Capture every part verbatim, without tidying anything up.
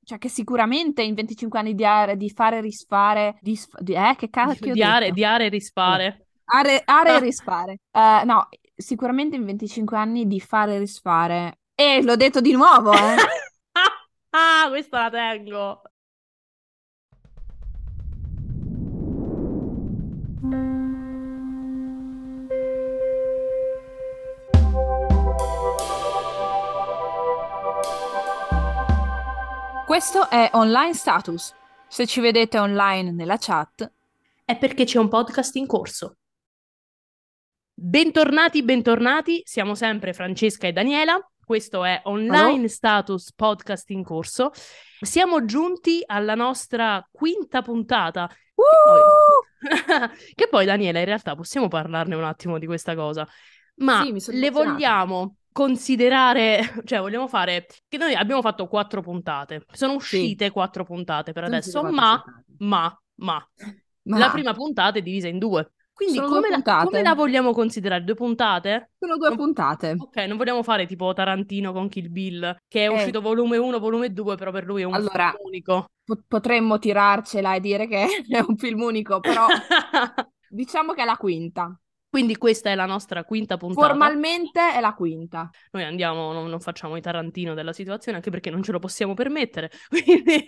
cioè che sicuramente in venticinque anni di, are- di fare risfare, di, sf- di- eh, che cacchio ho Di are, detto? di are Vabbè. rispare. Are, are e rispare. Eh, no, sicuramente in venticinque anni di fare e risfare. E l'ho detto di nuovo, eh. Ah, questa la tengo. Questo è Online Status. Se ci vedete online nella chat, È perché c'è un podcast in corso. Bentornati, bentornati, siamo sempre Francesca e Daniela. Questo è allo? Online Status Podcast in corso. Siamo giunti alla nostra quinta puntata. Che poi, Uh! che poi, Daniela, in realtà possiamo parlarne un attimo di questa cosa. Ma Sì, mi sono le emozionata. vogliamo considerare, cioè vogliamo fare, che noi abbiamo fatto quattro puntate. Sono Sì, uscite quattro puntate per sono uscite adesso, quattro ma, puntate. ma, ma, la Ma prima puntata è divisa in due. Quindi sono due come la, come puntate. la vogliamo considerare? Due puntate? Sono due Non- puntate. Ok, non vogliamo fare tipo Tarantino con Kill Bill, che è Eh, uscito volume uno, volume due, però per lui è un film allora, unico. po- potremmo tirarcela e dire che è un film unico, però diciamo che è la quinta. Quindi questa è la nostra quinta puntata. Formalmente è la quinta. Noi andiamo, non, non facciamo i Tarantino della situazione, anche perché non ce lo possiamo permettere. Quindi,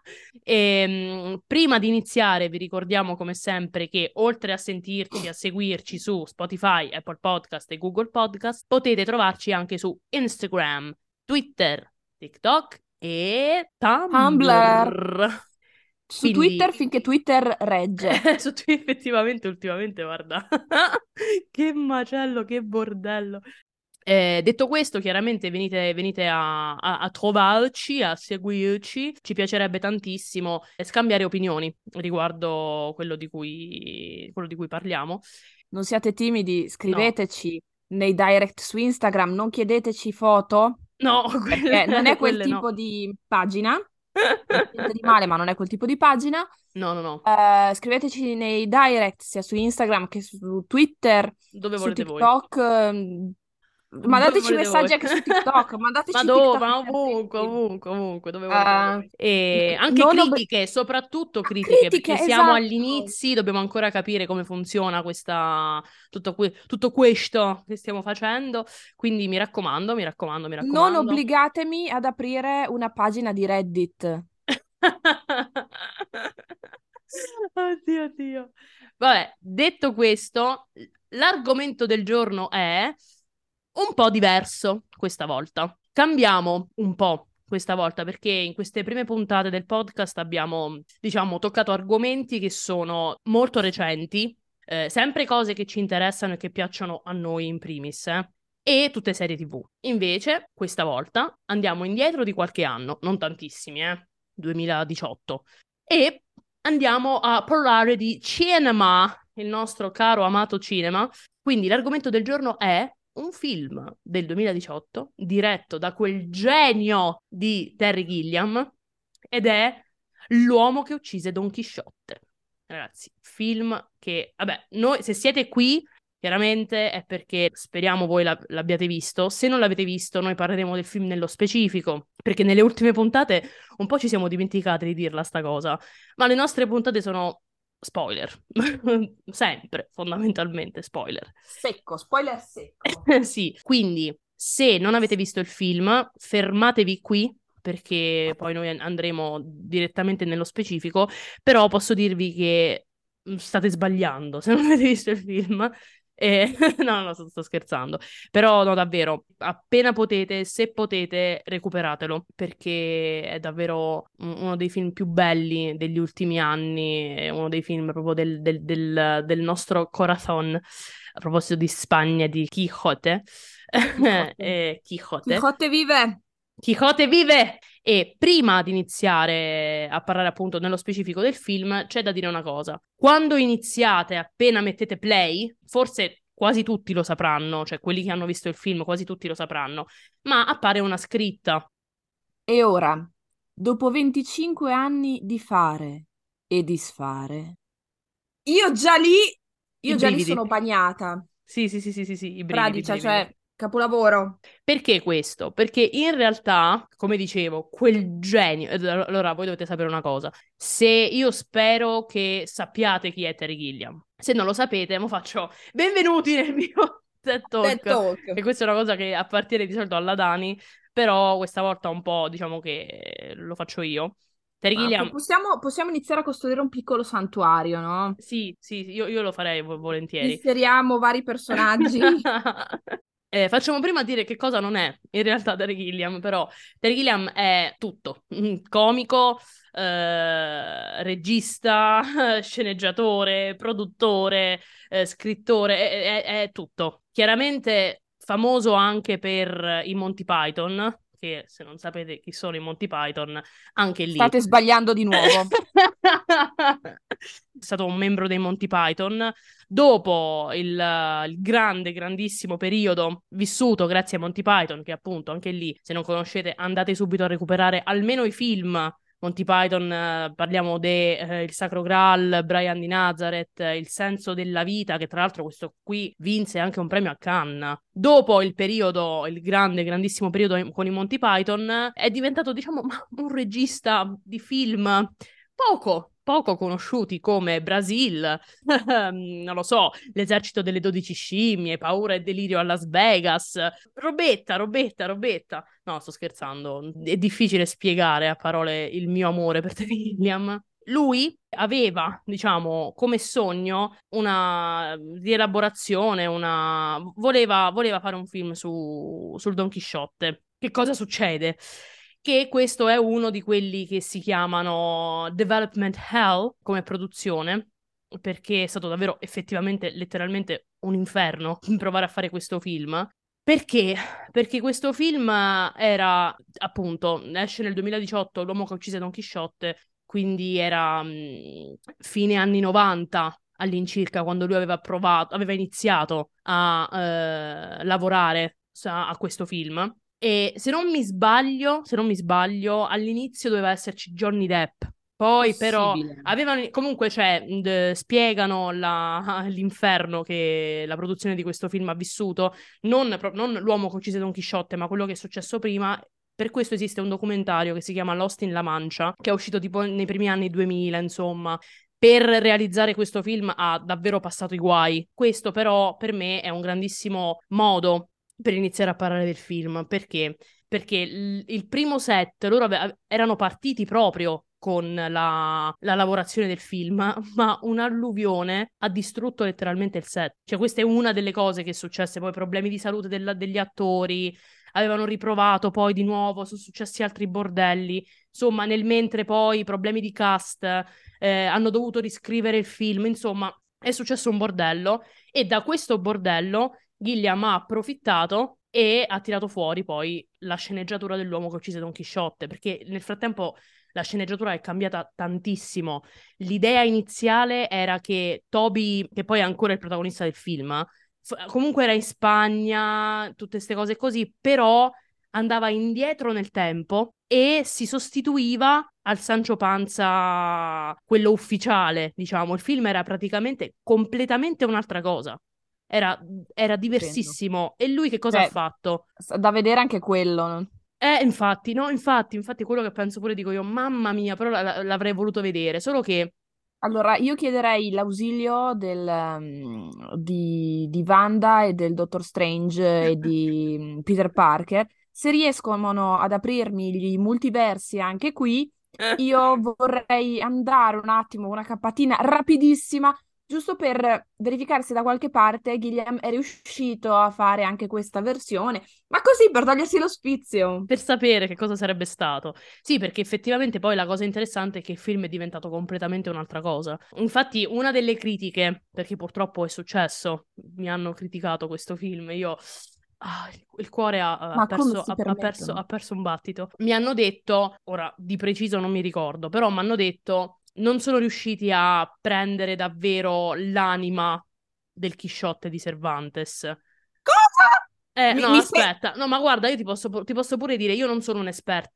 ehm, prima di iniziare, vi ricordiamo come sempre che oltre a sentirci, a seguirci su Spotify, Apple Podcast e Google Podcast, potete trovarci anche su Instagram, Twitter, TikTok e Tumblr. Tumblr. Su Quindi Twitter finché Twitter regge. su Twitter effettivamente ultimamente, guarda, che macello, che bordello. Eh, detto questo, chiaramente venite, venite a, a- a trovarci, a seguirci. Ci piacerebbe tantissimo eh, scambiare opinioni riguardo quello di cui, quello di cui parliamo. Non siate timidi, No, scriveteci nei direct su Instagram, non chiedeteci foto, no, perché non quelle, è quel quelle no. tipo di pagina. Niente di male, ma non è quel tipo di pagina. No, no, no. Eh, scriveteci nei direct sia su Instagram che su Twitter, Dove su volete voi? TikTok. ehm, Dove Mandateci volete messaggi voi? anche su TikTok. Ma Mandateci dove? TikTok Ma sempre ovunque, qui. ovunque, ovunque, dove volete Eh, voi. E n- anche non ob- critiche, soprattutto critiche, Critiche, perché siamo agli esatto. inizi, dobbiamo ancora capire come funziona questa, tutto, que- tutto questo che stiamo facendo. Quindi mi raccomando, mi raccomando, mi Non raccomando. obbligatemi ad aprire una pagina di Reddit. Oddio, oddio. Vabbè, detto questo, l'argomento del giorno è un po' diverso questa volta. Cambiamo un po' questa volta perché in queste prime puntate del podcast abbiamo, diciamo, toccato argomenti che sono molto recenti, eh, sempre cose che ci interessano e che piacciono a noi in primis, eh, e tutte serie T V. Invece, questa volta andiamo indietro di qualche anno, non tantissimi, eh, duemiladiciotto, e andiamo a parlare di cinema, il nostro caro amato cinema. Quindi l'argomento del giorno è un film del duemiladiciotto diretto da quel genio di Terry Gilliam ed è L'uomo che uccise Don Chisciotte. Ragazzi, film che, vabbè, noi se siete qui, chiaramente è perché speriamo voi la- l'abbiate visto. Se non l'avete visto, noi parleremo del film nello specifico, perché nelle ultime puntate un po' ci siamo dimenticati di dirla sta cosa, ma le nostre puntate sono spoiler, sempre, fondamentalmente spoiler. Secco, spoiler secco. Sì, quindi se non avete visto il film, fermatevi qui perché poi noi an- andremo direttamente nello specifico, però posso dirvi che mm, state sbagliando se non avete visto il film. E... No, no, sto, sto scherzando. Però no, davvero, appena potete, se potete, recuperatelo perché è davvero un- uno dei film più belli degli ultimi anni, è uno dei film proprio del, del- del- del nostro corazon. A proposito di Spagna, di Quijote, Quixote. eh, Quijote. Quixote vive! Quijote vive! E prima di iniziare a parlare appunto nello specifico del film, c'è da dire una cosa. Quando iniziate, appena mettete play, forse quasi tutti lo sapranno, cioè quelli che hanno visto il film quasi tutti lo sapranno, ma appare una scritta. E ora, dopo venticinque anni di fare e disfare, io già lì, I io già lì brividi. sono bagnata, Sì, sì, sì, sì, sì, sì, i brividi, i fradicia, brividi. cioè Capolavoro. Perché questo? Perché in realtà, come dicevo, quel genio... ed Allora, voi dovete sapere una cosa. Se io spero che sappiate chi è Terry Gilliam. Se non lo sapete, mo faccio benvenuti nel mio TED TED Talk. Talk. E questa è una cosa che appartiene di solito alla Dani, però questa volta un po', diciamo che lo faccio io. Terry Ma po- Gilliam, possiamo, possiamo iniziare a costruire un piccolo santuario, no? sì, sì, io, io lo farei vo- volentieri. Inseriamo vari personaggi. Eh, facciamo prima dire che cosa non è in realtà Terry Gilliam, però Terry Gilliam è tutto, Mm, comico, eh, regista, sceneggiatore, produttore, eh, scrittore, è, è- è tutto. Chiaramente famoso anche per i Monty Python, che se non sapete chi sono i Monty Python, anche lì. State sbagliando di nuovo. È stato un membro dei Monty Python. Dopo il, il grande, grandissimo periodo vissuto grazie a Monty Python, che appunto anche lì, se non conoscete, andate subito a recuperare almeno i film. Monty Python, eh, parliamo de eh, Il Sacro Graal, Brian di Nazareth, eh, Il senso della vita, che tra l'altro questo qui vinse anche un premio a Cannes. Dopo il periodo, il grande, grandissimo periodo con i Monty Python, è diventato, diciamo, un regista di film poco, poco conosciuti come Brasil, non lo so, L'esercito delle dodici scimmie, Paura e delirio a Las Vegas, robetta, robetta, robetta. No, sto scherzando, è difficile spiegare a parole il mio amore per Terry Gilliam. Lui aveva, diciamo, come sogno una rielaborazione, una... Voleva, voleva fare un film su, sul Don Chisciotte. Che cosa succede? Che questo è uno di quelli che si chiamano Development Hell come produzione, perché è stato davvero effettivamente, letteralmente un inferno provare a fare questo film. Perché? Perché questo film era, appunto, esce nel duemiladiciotto, L'uomo che uccise Don Chisciotte, quindi era mh, fine anni novanta all'incirca, quando lui aveva provato, aveva iniziato a eh, lavorare sa- a questo film. E se non mi sbaglio, se non mi sbaglio, all'inizio doveva esserci Johnny Depp. Poi però Possibile. avevano, comunque, cioè, mh, spiegano la- l'inferno che la produzione di questo film ha vissuto, non, pro- non l'uomo che uccise Don Chisciotte, ma quello che è successo prima. Per questo esiste un documentario che si chiama Lost in La Mancia, che è uscito tipo nei primi anni duemila, insomma. Per realizzare questo film ha davvero passato i guai. Questo però per me è un grandissimo modo per iniziare a parlare del film. Perché? Perché il, il primo set loro ave- erano partiti proprio con la, la lavorazione del film, ma un'alluvione ha distrutto letteralmente il set. Cioè, questa è una delle cose che è successe, poi problemi di salute della- degli attori, avevano riprovato poi di nuovo, sono successi altri bordelli. Insomma, nel mentre poi problemi di cast, eh, hanno dovuto riscrivere il film, insomma, è successo un bordello e da questo bordello Gilliam ha approfittato e ha tirato fuori poi la sceneggiatura dell'uomo che uccise Don Chisciotte, perché nel frattempo la sceneggiatura è cambiata tantissimo. L'idea iniziale era che Toby, che poi è ancora il protagonista del film, f- comunque era in Spagna, tutte queste cose così, però andava indietro nel tempo e si sostituiva al Sancho Panza, quello ufficiale, diciamo. Il film era praticamente completamente un'altra cosa. Era, era Stupendo. diversissimo. E lui che cosa ha Cioè, fatto? s- da vedere anche quello. No? Eh, infatti, no, infatti, infatti, quello che penso pure dico io, mamma mia, però la- la- l'avrei voluto vedere, solo che Allora, io chiederei l'ausilio del, ehm, di, di Wanda e del Dottor Strange e di mm, Peter Parker. Se riescono ad aprirmi i multiversi anche qui, io vorrei andare un attimo, una cappatina rapidissima, giusto per verificare se da qualche parte Guilherme è riuscito a fare anche questa versione, ma così per togliersi lo sfizio. per sapere che cosa sarebbe stato. Sì, perché effettivamente poi la cosa interessante è che il film è diventato completamente un'altra cosa. Infatti, una delle critiche, perché purtroppo è successo, mi hanno criticato questo film, io... ah, il il cuore ha, ha Ma come perso, si ha, ha perso, permettono? ha perso un battito. Mi hanno detto, ora di preciso non mi ricordo, però mi hanno detto non sono riusciti a prendere davvero l'anima del Chisciotte di Cervantes. Cosa? Eh, Mi, no, mi stai... aspetta. No, ma guarda, io ti posso, pu- ti posso pure dire, io non sono un'esperta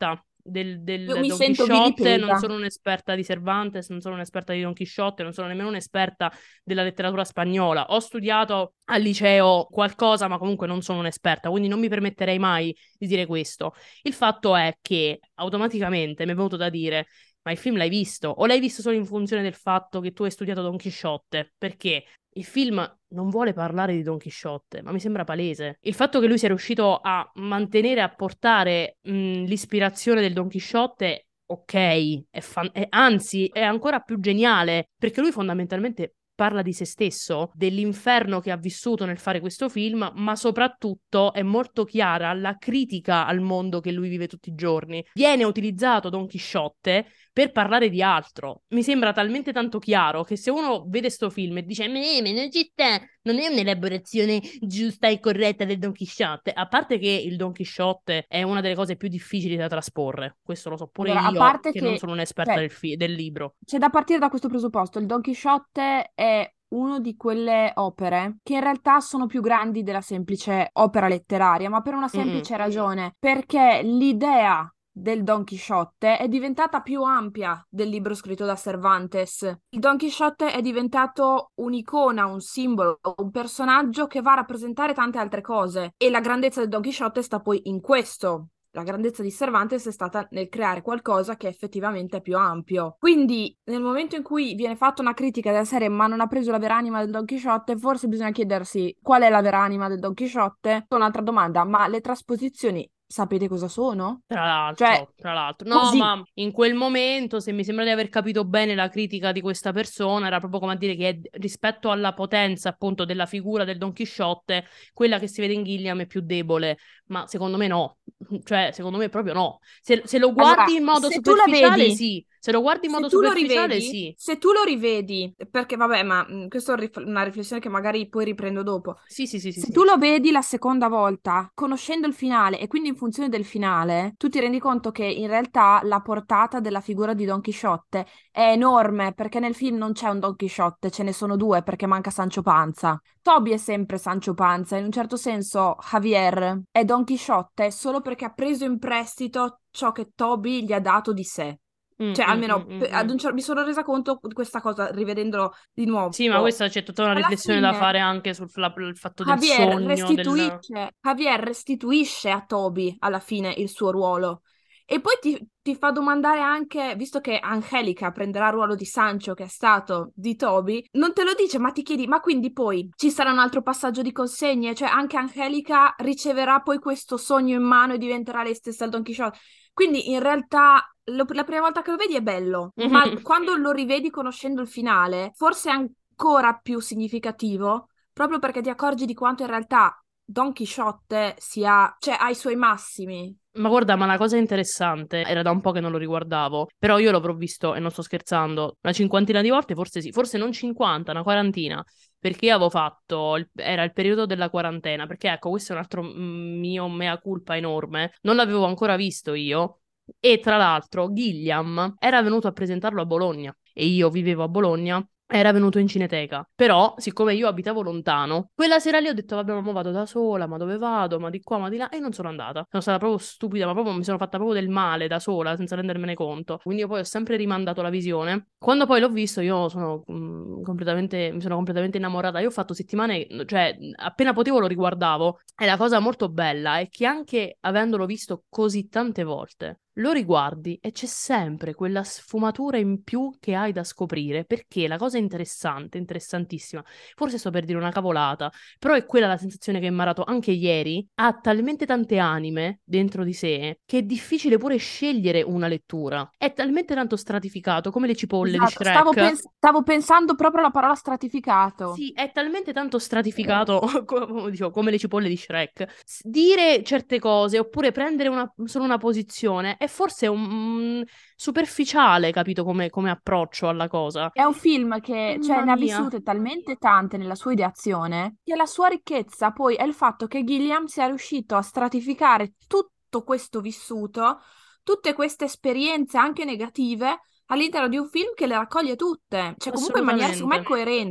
del, Io del mi Don sento Chisciotte, non vilipesa. sono un'esperta di Cervantes, non sono un'esperta di Don Chisciotte, non sono nemmeno un'esperta della letteratura spagnola. Ho studiato al liceo qualcosa, ma comunque non sono un'esperta, quindi non mi permetterei mai di dire questo. Il fatto è che automaticamente mi è venuto da dire: ma il film l'hai visto? O l'hai visto solo in funzione del fatto che tu hai studiato Don Chisciotte? Perché il film non vuole parlare di Don Chisciotte, ma mi sembra palese. Il fatto che lui sia riuscito a mantenere, a portare mh, l'ispirazione del Don Chisciotte, ok, è fan- è- anzi è ancora più geniale, perché lui fondamentalmente parla di se stesso, dell'inferno che ha vissuto nel fare questo film, ma soprattutto è molto chiara la critica al mondo che lui vive tutti i giorni. Viene utilizzato Don Chisciotte per parlare di altro. Mi sembra talmente tanto chiaro che se uno vede sto film e dice: "Me, me non ci sta, non è un'elaborazione giusta e corretta del Don Chisciotte", a parte che il Don Chisciotte è una delle cose più difficili da trasporre, questo lo so pure Allora, a io, parte che non che, sono un'esperta cioè, del, fi- del libro. c'è da partire da questo presupposto. Il Don Chisciotte è una di quelle opere che in realtà sono più grandi della semplice opera letteraria, ma per una Mm-mm. semplice ragione, perché l'idea del Don Chisciotte è diventata più ampia del libro scritto da Cervantes. Il Don Chisciotte è diventato un'icona, un simbolo, un personaggio che va a rappresentare tante altre cose e la grandezza del Don Chisciotte sta poi in questo. La grandezza di Cervantes è stata nel creare qualcosa che effettivamente è più ampio. Quindi, nel momento in cui viene fatta una critica della serie, ma non ha preso la vera anima del Don Chisciotte, forse bisogna chiedersi qual è la vera anima del Don Chisciotte. Un'altra domanda, ma le trasposizioni sapete cosa sono? Tra Cioè, l'altro, tra l'altro, no, così. ma in quel momento, se mi sembra di aver capito bene la critica di questa persona, era proprio come a dire che rispetto alla potenza, appunto, della figura del Don Chisciotte, quella che si vede in Gilliam è più debole. Ma secondo me no, cioè, secondo me proprio no. Se, se lo Allora, guardi in modo se tu la superficiale, vedi, sì. Se lo guardi in se modo tu lo superficiale, rivedi, sì. se tu lo rivedi, perché vabbè, ma mh, questa è un rif- una riflessione che magari poi riprendo dopo. Sì, sì, sì, sì, Se sì. tu lo vedi la seconda volta, conoscendo il finale e quindi in funzione del finale, tu ti rendi conto che in realtà la portata della figura di Don Chisciotte è enorme, perché nel film non c'è un Don Chisciotte, ce ne sono due perché manca Sancho Panza. Toby è sempre Sancho Panza, in un certo senso Javier è Don Chisciotte solo perché ha preso in prestito ciò che Toby gli ha dato di sé. Mm, Cioè, mm, mm, almeno pe- mm, ad mm. un cer- mi sono resa conto di questa cosa rivedendolo di nuovo. Sì, ma questa c'è tutta una Alla riflessione da fine fare anche sul la- il fatto del Javier sogno, del... restituisce, Javier restituisce a Toby alla fine il suo ruolo. E poi ti, ti fa domandare anche, visto che Angelica prenderà il ruolo di Sancho, che è stato di Toby, non te lo dice, ma ti chiedi, ma quindi poi ci sarà un altro passaggio di consegne? Cioè anche Angelica riceverà poi questo sogno in mano e diventerà lei stessa il Don Quixote? Quindi in realtà lo- la prima volta che lo vedi è bello, ma quando lo rivedi conoscendo il finale, forse è ancora più significativo proprio perché ti accorgi di quanto in realtà Don Chisciotte sia, cioè, ha i suoi massimi. Ma guarda, ma la cosa interessante, era da un po' che non lo riguardavo, però io l'avrò visto, e non sto scherzando, una cinquantina di volte, forse sì, forse non cinquanta, una quarantina, perché avevo fatto, il- era il periodo della quarantena, perché ecco, questo è un altro mm, mio mea culpa enorme, non l'avevo ancora visto io, e tra l'altro Gilliam era venuto a presentarlo a Bologna, e io vivevo a Bologna. Era venuto in cineteca, però siccome io abitavo lontano, quella sera lì ho detto vabbè, ma vado da sola, ma dove vado, ma di qua, ma di là, e non sono andata. Sono stata proprio stupida, ma proprio mi sono fatta proprio del male da sola, senza rendermene conto. Quindi io poi ho sempre rimandato la visione. Quando poi l'ho visto io sono mm, completamente, mi sono completamente innamorata. Io ho fatto settimane, cioè appena potevo lo riguardavo. E la cosa molto bella è che anche avendolo visto così tante volte, lo riguardi e c'è sempre quella sfumatura in più che hai da scoprire, perché la cosa interessante, interessantissima, forse sto per dire una cavolata, però è quella la sensazione che ho imparato anche ieri, ha talmente tante anime dentro di sé che è difficile pure scegliere una lettura. È talmente tanto stratificato come le cipolle di Esatto, stavo, Shrek. pens- stavo pensando proprio alla parola stratificato. Sì, è talmente tanto stratificato, come, dicevo, come le cipolle di Shrek. S- Dire certe cose oppure prendere una- solo una posizione è forse un, mm, superficiale, capito, come, come approccio alla cosa. È un film che, cioè, Mamma ne ha mia. vissute talmente tante nella sua ideazione che la sua ricchezza poi è il fatto che Gilliam sia riuscito a stratificare tutto questo vissuto, tutte queste esperienze anche negative all'interno di un film che le raccoglie tutte, cioè comunque in maniera secondo me Assolutamente. coerente.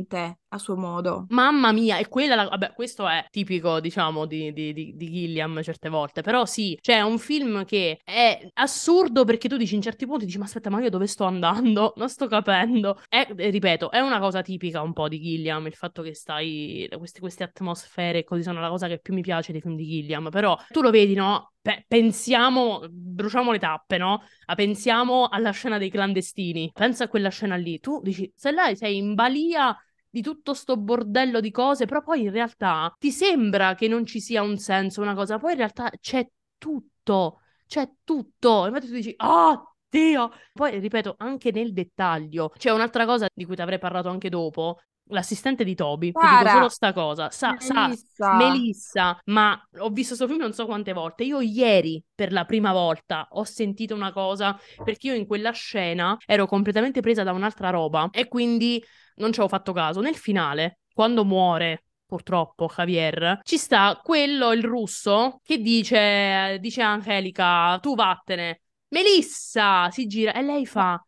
a suo modo. Mamma mia, e quella, la- vabbè, questo è tipico, diciamo, di, di, di, di Gilliam certe volte, però sì, cioè è un film che è assurdo perché tu dici in certi punti, dici, ma aspetta, ma io dove sto andando? Non sto capendo. È, eh, ripeto, è una cosa tipica un po' di Gilliam, il fatto che stai, queste, queste atmosfere così sono la cosa che più mi piace dei film di Gilliam, però tu lo vedi, no? Pe- pensiamo, bruciamo le tappe, no? Ah, pensiamo alla scena dei clandestini, pensa a quella scena lì, tu dici, se là sei in balia di tutto sto bordello di cose, però poi in realtà ti sembra che non ci sia un senso, una cosa, poi in realtà c'è tutto, c'è tutto. Infatti tu dici, oh Dio! Poi, ripeto, anche nel dettaglio, c'è un'altra cosa di cui ti avrei parlato anche dopo. L'assistente di Toby, ti dico solo Sara, sta cosa, sa, sa, Melissa, Melissa, ma ho visto questo film non so quante volte. Io ieri, per la prima volta, ho sentito una cosa, perché io in quella scena ero completamente presa da un'altra roba e quindi non ci avevo fatto caso. Nel finale, quando muore, purtroppo, Javier, ci sta quello, il russo, che dice, dice a Angelica, tu vattene. Melissa si gira e lei fa,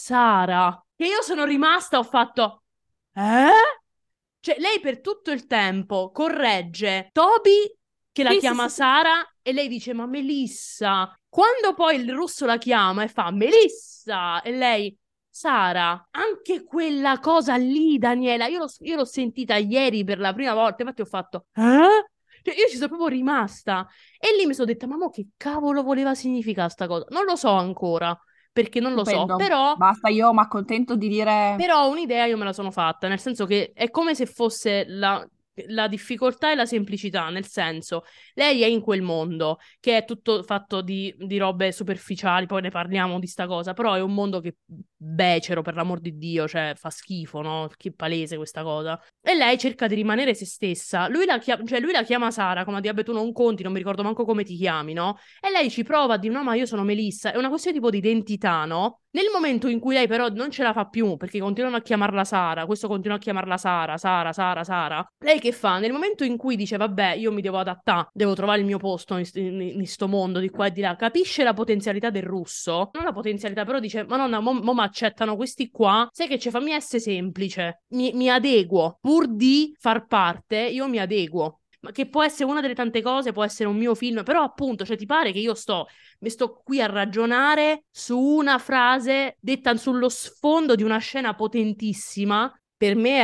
Sara. Che io sono rimasta, ho fatto, eh? Cioè, lei per tutto il tempo corregge Toby, che la sì, sì, chiama sì, sì. Sara, e lei dice, ma Melissa. Quando poi il russo la chiama e fa, Melissa, e lei... Sara, anche quella cosa lì, Daniela, io l'ho io l'ho sentita ieri per la prima volta, infatti ho fatto, eh? Cioè, io ci sono proprio rimasta. E lì mi sono detta, ma mo che cavolo voleva significare sta cosa? Non lo so ancora, perché non lo so, Stupendo. però Basta, io mi accontento di dire però un'idea io me la sono fatta, nel senso che è come se fosse la, la difficoltà e la semplicità, nel senso, lei è in quel mondo che è tutto fatto di, di robe superficiali, poi ne parliamo di sta cosa, però è un mondo che becero, per l'amor di Dio, cioè fa schifo, no? Che palese questa cosa. E lei cerca di rimanere se stessa. Lui la, chia- cioè, lui la chiama Sara, come a dire, "Vabbè, tu non conti, non mi ricordo manco come ti chiami, no? E lei ci prova a dire, no, ma io sono Melissa. È una questione tipo di identità, no? Nel momento in cui lei però non ce la fa più, perché continuano a chiamarla Sara, questo continua a chiamarla Sara, Sara, Sara, Sara, lei che fa? Nel momento in cui dice, vabbè, io mi devo adattare, devo trovare il mio posto in, in, in sto mondo di qua e di là, capisce la potenzialità del russo, non la potenzialità, però dice, ma nonna, mo, mo accettano questi qua, sai che c'è, fammi essere semplice, mi, mi adeguo, pur di far parte, io mi adeguo. Ma che può essere una delle tante cose, può essere un mio film, però appunto, cioè ti pare che io sto mi sto qui a ragionare su una frase detta sullo sfondo di una scena potentissima. Per me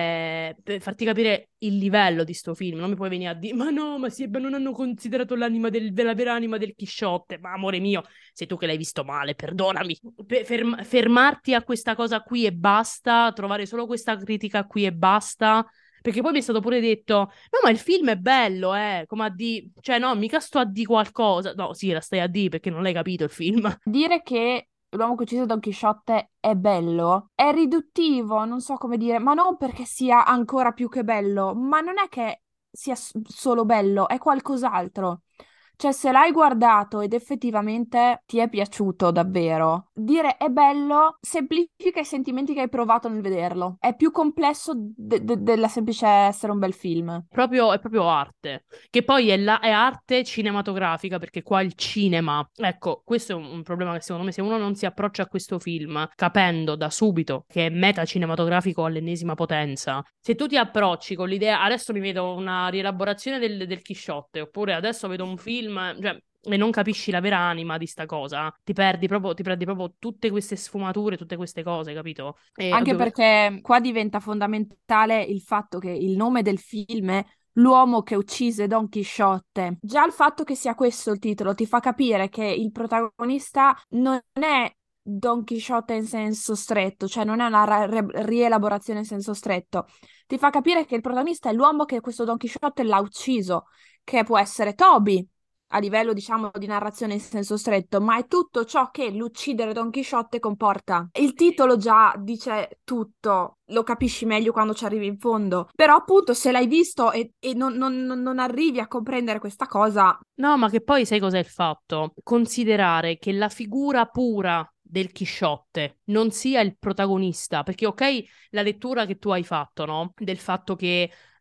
è per farti capire il livello di sto film. Non mi puoi venire a dire, ma no, ma sì, beh, non hanno considerato l'anima del, la vera anima del Chisciotte. Ma amore mio, sei tu che l'hai visto male, perdonami. Pe- ferm- fermarti a questa cosa qui e basta, trovare solo questa critica qui e basta. Perché poi mi è stato pure detto, no, ma il film è bello, eh, come a di... Cioè, no, mica sto a di qualcosa. No, sì, la stai a di perché non l'hai capito il film. dire che l'uomo che uccise Don Chisciotte è bello, è riduttivo, non so come dire, ma non perché sia ancora più che bello, ma non è che sia s- solo bello, è qualcos'altro. Cioè, se l'hai guardato ed effettivamente ti è piaciuto davvero, dire è bello semplifica i sentimenti che hai provato nel vederlo. È più complesso de- de- della semplice essere un bel film. Proprio, è proprio arte, che poi è, la- è arte cinematografica, perché qua il cinema, ecco, questo è un, un problema che secondo me se uno non si approccia a questo film capendo da subito che è metacinematografico all'ennesima potenza, se tu ti approcci con l'idea, adesso mi vedo una rielaborazione del, del Chisciotte, oppure adesso vedo un film, cioè, e non capisci la vera anima di sta cosa, ti perdi proprio, ti perdi proprio tutte queste sfumature, tutte queste cose, capito? E Anche oddio, perché qua diventa fondamentale il fatto che il nome del film è L'uomo che uccise Don Chisciotte. Già il fatto che sia questo il titolo ti fa capire che il protagonista non è Don Chisciotte in senso stretto, cioè non è una ra- re- rielaborazione in senso stretto. Ti fa capire che il protagonista è l'uomo che questo Don Chisciotte l'ha ucciso, che può essere Toby a livello, diciamo, di narrazione in senso stretto, ma è tutto ciò che l'uccidere Don Chisciotte comporta. Il titolo già dice tutto, lo capisci meglio quando ci arrivi in fondo, però appunto se l'hai visto e, e non, non- non- non arrivi a comprendere questa cosa, no, ma che poi sai cos'è il fatto? Considerare che la figura pura del Chisciotte non sia il protagonista, perché ok, la lettura che tu hai fatto, no? Del fatto che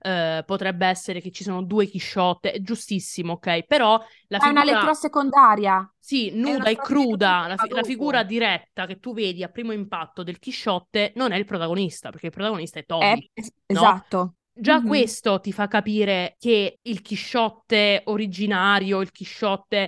eh, potrebbe essere che ci sono due Chisciotte, è giustissimo, ok? Però la È una figura, lettura secondaria. sì, È una nuda e specie di lettura cruda, la, fi- la figura dopo. diretta che tu vedi a primo impatto del Chisciotte non è il protagonista, perché il protagonista è È, Toby, es- no? esatto. Già Mhm. questo ti fa capire che il Chisciotte originario, il Chisciotte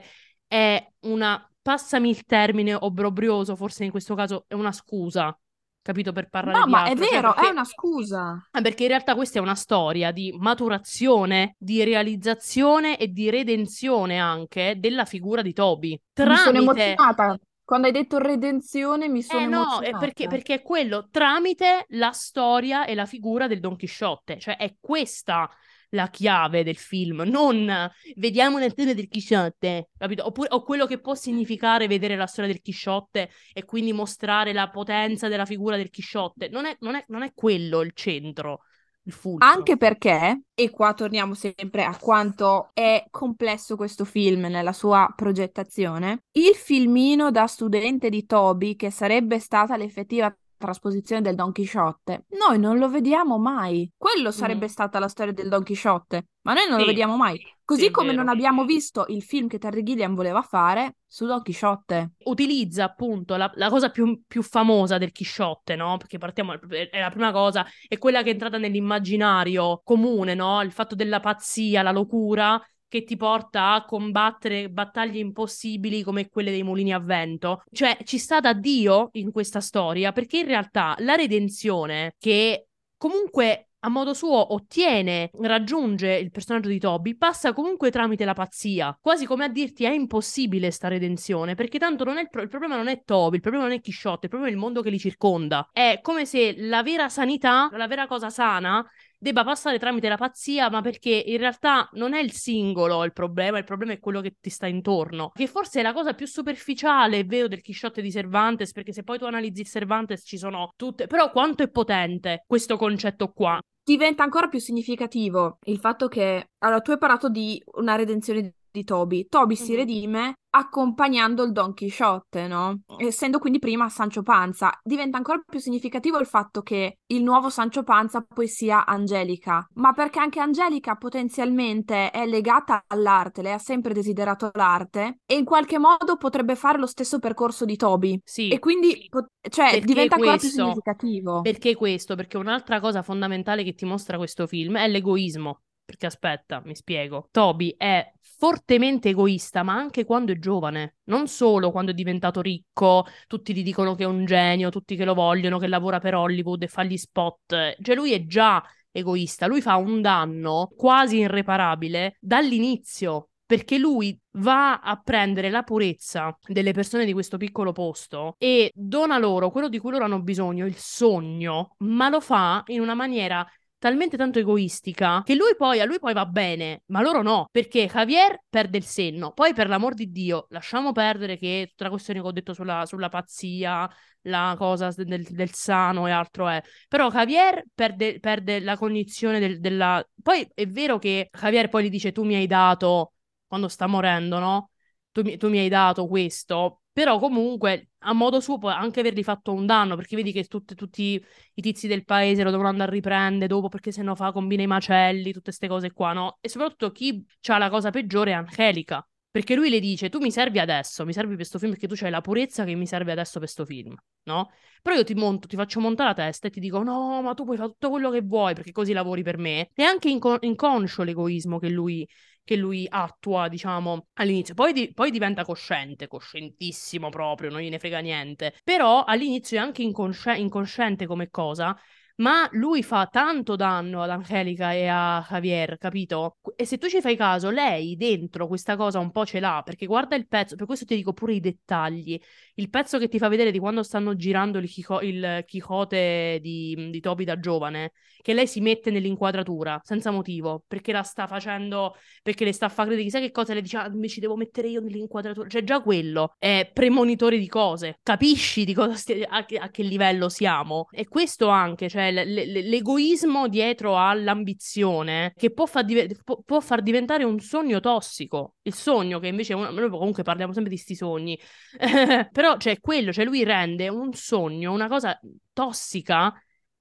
è una, passami il termine obbrobrioso, forse in questo caso è una scusa, capito, per parlare No, di ma è altro, cioè vero, è perché, una scusa. eh, perché in realtà questa è una storia di maturazione, di realizzazione e di redenzione anche della figura di Toby, Mi sono tramite emozionata. Quando hai detto redenzione, mi eh sono no, è perché, emozionata. perché è quello tramite la storia e la figura del Don Chisciotte, cioè è questa la chiave del film, non vediamo la storia del Chisciotte, capito? Oppure, o quello che può significare vedere la storia del Chisciotte e quindi mostrare la potenza della figura del Chisciotte. Non è, non è- non è quello il centro, il fulcro. Anche perché, e qua torniamo sempre a quanto è complesso questo film nella sua progettazione, il filmino da studente di Toby, che sarebbe stata l'effettiva trasposizione del Don Chisciotte, noi non lo vediamo mai. Quello sarebbe Mhm. stata la storia del Don Chisciotte, ma noi non lo Sì, vediamo mai. sì, Così è come non vero. abbiamo visto il film che Terry Gilliam voleva fare su Don Chisciotte. Utilizza appunto la, la cosa più, più famosa del Chisciotte, no? Perché partiamo, è la prima cosa, è quella che è entrata nell'immaginario comune, no? Il fatto della pazzia, la locura che ti porta a combattere battaglie impossibili come quelle dei mulini a vento. Cioè, ci sta da Dio in questa storia, perché in realtà la redenzione che comunque a modo suo ottiene, raggiunge il personaggio di Toby, passa comunque tramite la pazzia, quasi come a dirti è impossibile sta redenzione, perché tanto non è il, pro- il problema non è Toby, il problema non è Chisciotte, il problema è il mondo che li circonda. È come se la vera sanità, la vera cosa sana, debba passare tramite la pazzia, ma perché in realtà non è il singolo il problema, il problema è quello che ti sta intorno, che forse è la cosa più superficiale, è vero, del Chisciotte di Cervantes, perché se poi tu analizzi il Cervantes ci sono tutte, però quanto è potente questo concetto qua. Diventa ancora più significativo il fatto che, allora, tu hai parlato di una redenzione di di Toby. Toby si Mhm. redime accompagnando il Don Chisciotte, no? Essendo quindi prima Sancho Panza. Diventa ancora più significativo il fatto che il nuovo Sancho Panza poi sia Angelica, ma perché anche Angelica potenzialmente è legata all'arte, lei ha sempre desiderato l'arte e in qualche modo potrebbe fare lo stesso percorso di Toby. E Sì, quindi, pot- cioè, perché diventa ancora più questo? significativo. Perché questo? Perché un'altra cosa fondamentale che ti mostra questo film è l'egoismo. Perché aspetta, mi spiego. Toby è fortemente egoista, ma anche quando è giovane. Non solo quando è diventato ricco, tutti gli dicono che è un genio, tutti che lo vogliono, che lavora per Hollywood e fa gli spot. Cioè lui è già egoista, lui fa un danno quasi irreparabile dall'inizio. Perché lui va a prendere la purezza delle persone di questo piccolo posto e dona loro quello di cui loro hanno bisogno, il sogno, ma lo fa in una maniera talmente tanto egoistica che lui poi, a lui poi va bene, ma loro no, perché Javier perde il senno. Poi, per l'amor di Dio, lasciamo perdere che tutta la questione che ho detto sulla, sulla pazzia, la cosa del, del sano e altro è. Però Javier perde, perde la cognizione del- della... Poi è vero che Javier poi gli dice tu mi hai dato quando sta morendo, no? Tu mi, tu mi hai dato questo, però comunque a modo suo può anche avergli fatto un danno, perché vedi che tutti, tutti i tizi del paese lo devono andare a riprendere dopo perché se no fa combina i macelli, tutte queste cose qua, no? E soprattutto chi ha la cosa peggiore è Angelica. Perché lui le dice: Tu mi servi adesso, mi servi per questo film perché tu c'hai la purezza che mi serve adesso per questo film, no? Però io ti monto, ti faccio montare la testa e ti dico: No, ma tu puoi fare tutto quello che vuoi perché così lavori per me. È anche inco- inconscio l'egoismo che lui che lui attua, diciamo, all'inizio. Poi, di- poi diventa cosciente, coscientissimo proprio, non gliene frega niente. Però all'inizio è anche inconsci- incosciente come cosa. Ma lui fa tanto danno ad Angelica e a Javier, capito? E se tu ci fai caso, lei dentro questa cosa un po' ce l'ha, perché guarda il pezzo, per questo ti dico pure i dettagli. Il pezzo che ti fa vedere di quando stanno girando il, Chico- il Quixote di, di Toby da giovane, che lei si mette nell'inquadratura senza motivo, perché la sta facendo perché le sta a fare credere chissà che cosa e le dice, ah, mi ci devo mettere io nell'inquadratura. Cioè, già quello è premonitore di cose. Capisci di cosa stia- a, che, a che livello siamo? E questo anche, cioè l- l- l'egoismo dietro all'ambizione che può far, div- può, può far diventare un sogno tossico. Il sogno che invece, è una- noi comunque parliamo sempre di sti sogni, però c'è quello, cioè lui rende un sogno una cosa tossica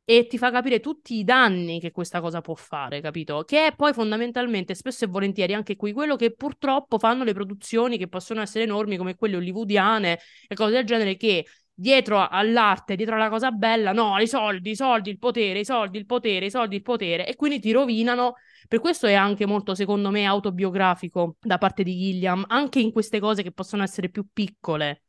e ti fa capire tutti i danni che questa cosa può fare, capito? Che è poi fondamentalmente, spesso e volentieri, anche qui quello che purtroppo fanno le produzioni che possono essere enormi come quelle hollywoodiane e cose del genere che dietro a- all'arte, dietro alla cosa bella, no, i soldi, i soldi, il potere, i soldi, il potere, i soldi, il potere, e quindi ti rovinano. Per questo è anche molto, secondo me, autobiografico da parte di Gilliam, anche in queste cose che possono essere più piccole.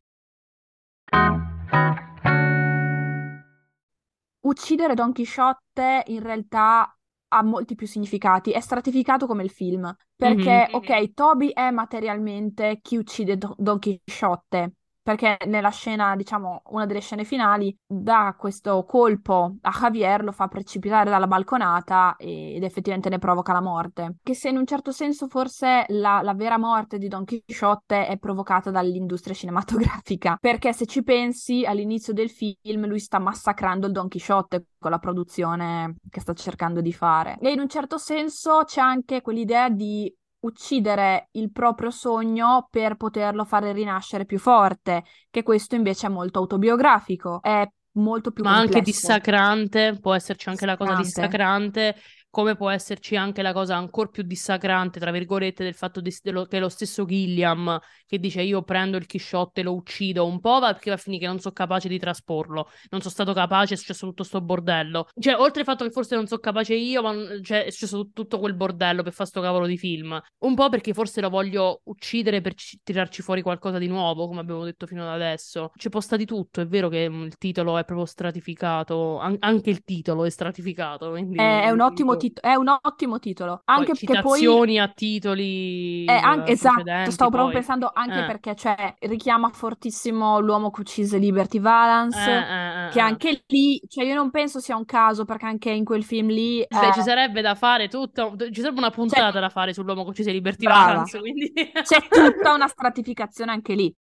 Uccidere Don Chisciotte in realtà ha molti più significati, è stratificato come il film, Mhm. perché, ok, Toby è materialmente chi uccide Do- Don Chisciotte, perché nella scena, diciamo, una delle scene finali, dà questo colpo a Javier, lo fa precipitare dalla balconata e- ed effettivamente ne provoca la morte. Che se in un certo senso forse la, la vera morte di Don Chisciotte è provocata dall'industria cinematografica, perché se ci pensi all'inizio del film lui sta massacrando il Don Chisciotte con la produzione che sta cercando di fare. E in un certo senso c'è anche quell'idea di uccidere il proprio sogno per poterlo fare rinascere più forte, che questo invece è molto autobiografico, è molto più Ma anche complesso. dissacrante, può esserci anche la cosa Dissacrante. dissacrante, come può esserci anche la cosa ancora più dissacrante, tra virgolette, del fatto di- dello- che è lo stesso Gilliam che dice io prendo il Chisciotte e lo uccido, un po' va perché va a finire che non sono capace di trasporlo, non sono stato capace, è successo tutto sto bordello. Cioè, oltre al fatto che forse non sono capace io, ma non- cioè, è successo tutto quel bordello per fare sto cavolo di film. Un po' perché forse lo voglio uccidere per ci- tirarci fuori qualcosa di nuovo, come abbiamo detto fino ad adesso. Ci può sta di tutto, è vero che mm, il titolo è proprio stratificato, an- anche il titolo è stratificato, È, è un quindi ottimo dico. tit- è un ottimo titolo, Poi anche perché poi citazioni a è titoli an- eh, esatto, precedenti, stavo proprio poi. pensando anche Eh, perché cioè, richiama fortissimo l'uomo che uccise Liberty eh, Valance, che eh, eh, eh. anche lì, cioè io non penso sia un caso perché anche in quel film lì, eh, Beh, ci sarebbe da fare tutto, ci sarebbe una cioè, puntata da fare sull'uomo che uccise Liberty brava, Valance, quindi. c'è tutta una stratificazione anche lì.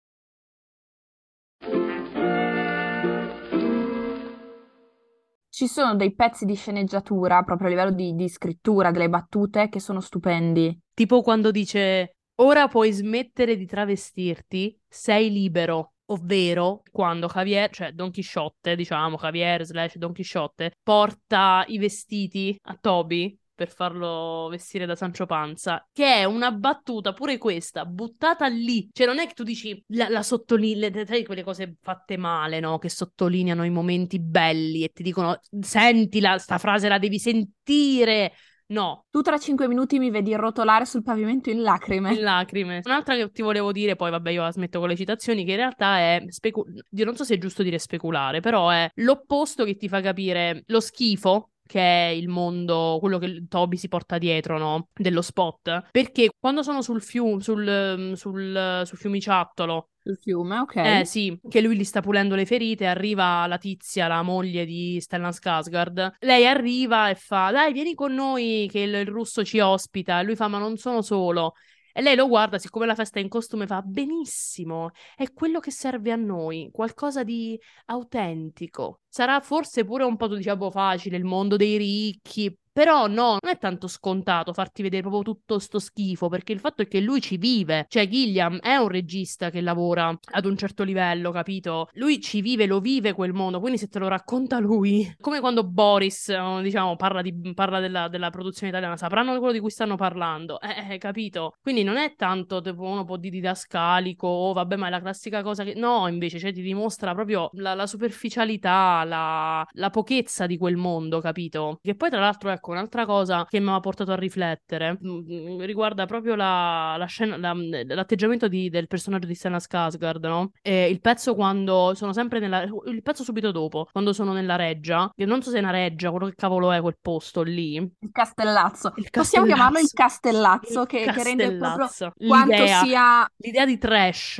Ci sono dei pezzi di sceneggiatura, proprio a livello di, di scrittura, delle battute, che sono stupendi. Tipo quando dice ora puoi smettere di travestirti, sei libero. Ovvero quando Javier, cioè Don Chisciotte, diciamo Javier slash Don Chisciotte, porta i vestiti a Toby per farlo vestire da Sancho Panza, che è una battuta, pure questa, buttata lì. Cioè non è che tu dici la, la sottolinei, sai quelle cose fatte male, no? Che sottolineano i momenti belli e ti dicono sentila, sta frase la devi sentire. No, Tu tra cinque minuti mi vedi rotolare sul pavimento in in lacrime. lacrime. Un'altra che ti volevo dire, poi vabbè, io la smetto con le citazioni, che in realtà è specu- io non so se è giusto dire speculare, però è l'opposto che ti fa capire lo schifo che è il mondo, quello che Toby si porta dietro, no? Dello spot. Perché quando sono sul fiume, sul, sul, sul fiumiciattolo. Sul fiume, Eh ok. sì, che lui gli sta pulendo le ferite, arriva la tizia, la moglie di Stellan Skarsgård. Lei arriva e fa: Dai, vieni con noi che il, il russo ci ospita. E lui fa: Ma non sono solo. E lei lo guarda, siccome la festa è in costume, fa: Benissimo, è quello che serve a noi, qualcosa di autentico. Sarà forse pure un po', diciamo, facile il mondo dei ricchi. Però no, non è tanto scontato farti vedere proprio tutto sto schifo, perché il fatto è che lui ci vive. Cioè, Gilliam è un regista che lavora ad un certo livello, capito? Lui ci vive, lo vive quel mondo, quindi se te lo racconta lui, come quando Boris, eh, diciamo, parla, di- parla della, della produzione italiana, sapranno quello di cui stanno parlando, eh, eh, capito? Quindi non è tanto, tipo, uno può dire didascalico, oh, vabbè, ma è la classica cosa che. No, invece, cioè, ti dimostra proprio la, la superficialità, la, la pochezza di quel mondo, capito? Che poi, tra l'altro, ecco, un'altra cosa che mi ha portato a riflettere mm, mm, riguarda proprio la, la scena, la- l'atteggiamento di- del personaggio di Stellan Skarsgård, no? E il pezzo quando sono sempre nella. Il pezzo subito dopo, quando sono nella reggia, che non so se è una reggia, quello che cavolo è quel posto lì. Il Castellazzo. Il Possiamo chiamarlo il Castellazzo. Castellazzo, Il che, che rende proprio Castellazzo. quanto L'idea. sia L'idea di trash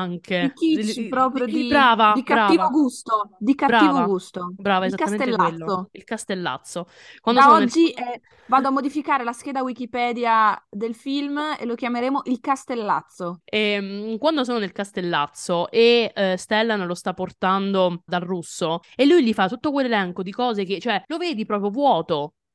di anche. kitsch, Di- di- proprio di- di, brava, di cattivo brava, gusto, di cattivo brava, gusto. brava, Il esattamente quello. Castellazzo. Il Castellazzo. Quando Da sono nel. oggi eh, vado a modificare la scheda Wikipedia del film e lo chiameremo il Castellazzo. Ehm, quando sono nel Castellazzo e eh, Stellan lo sta portando dal russo e lui gli fa tutto quell'elenco di cose che, cioè, lo vedi proprio vuoto.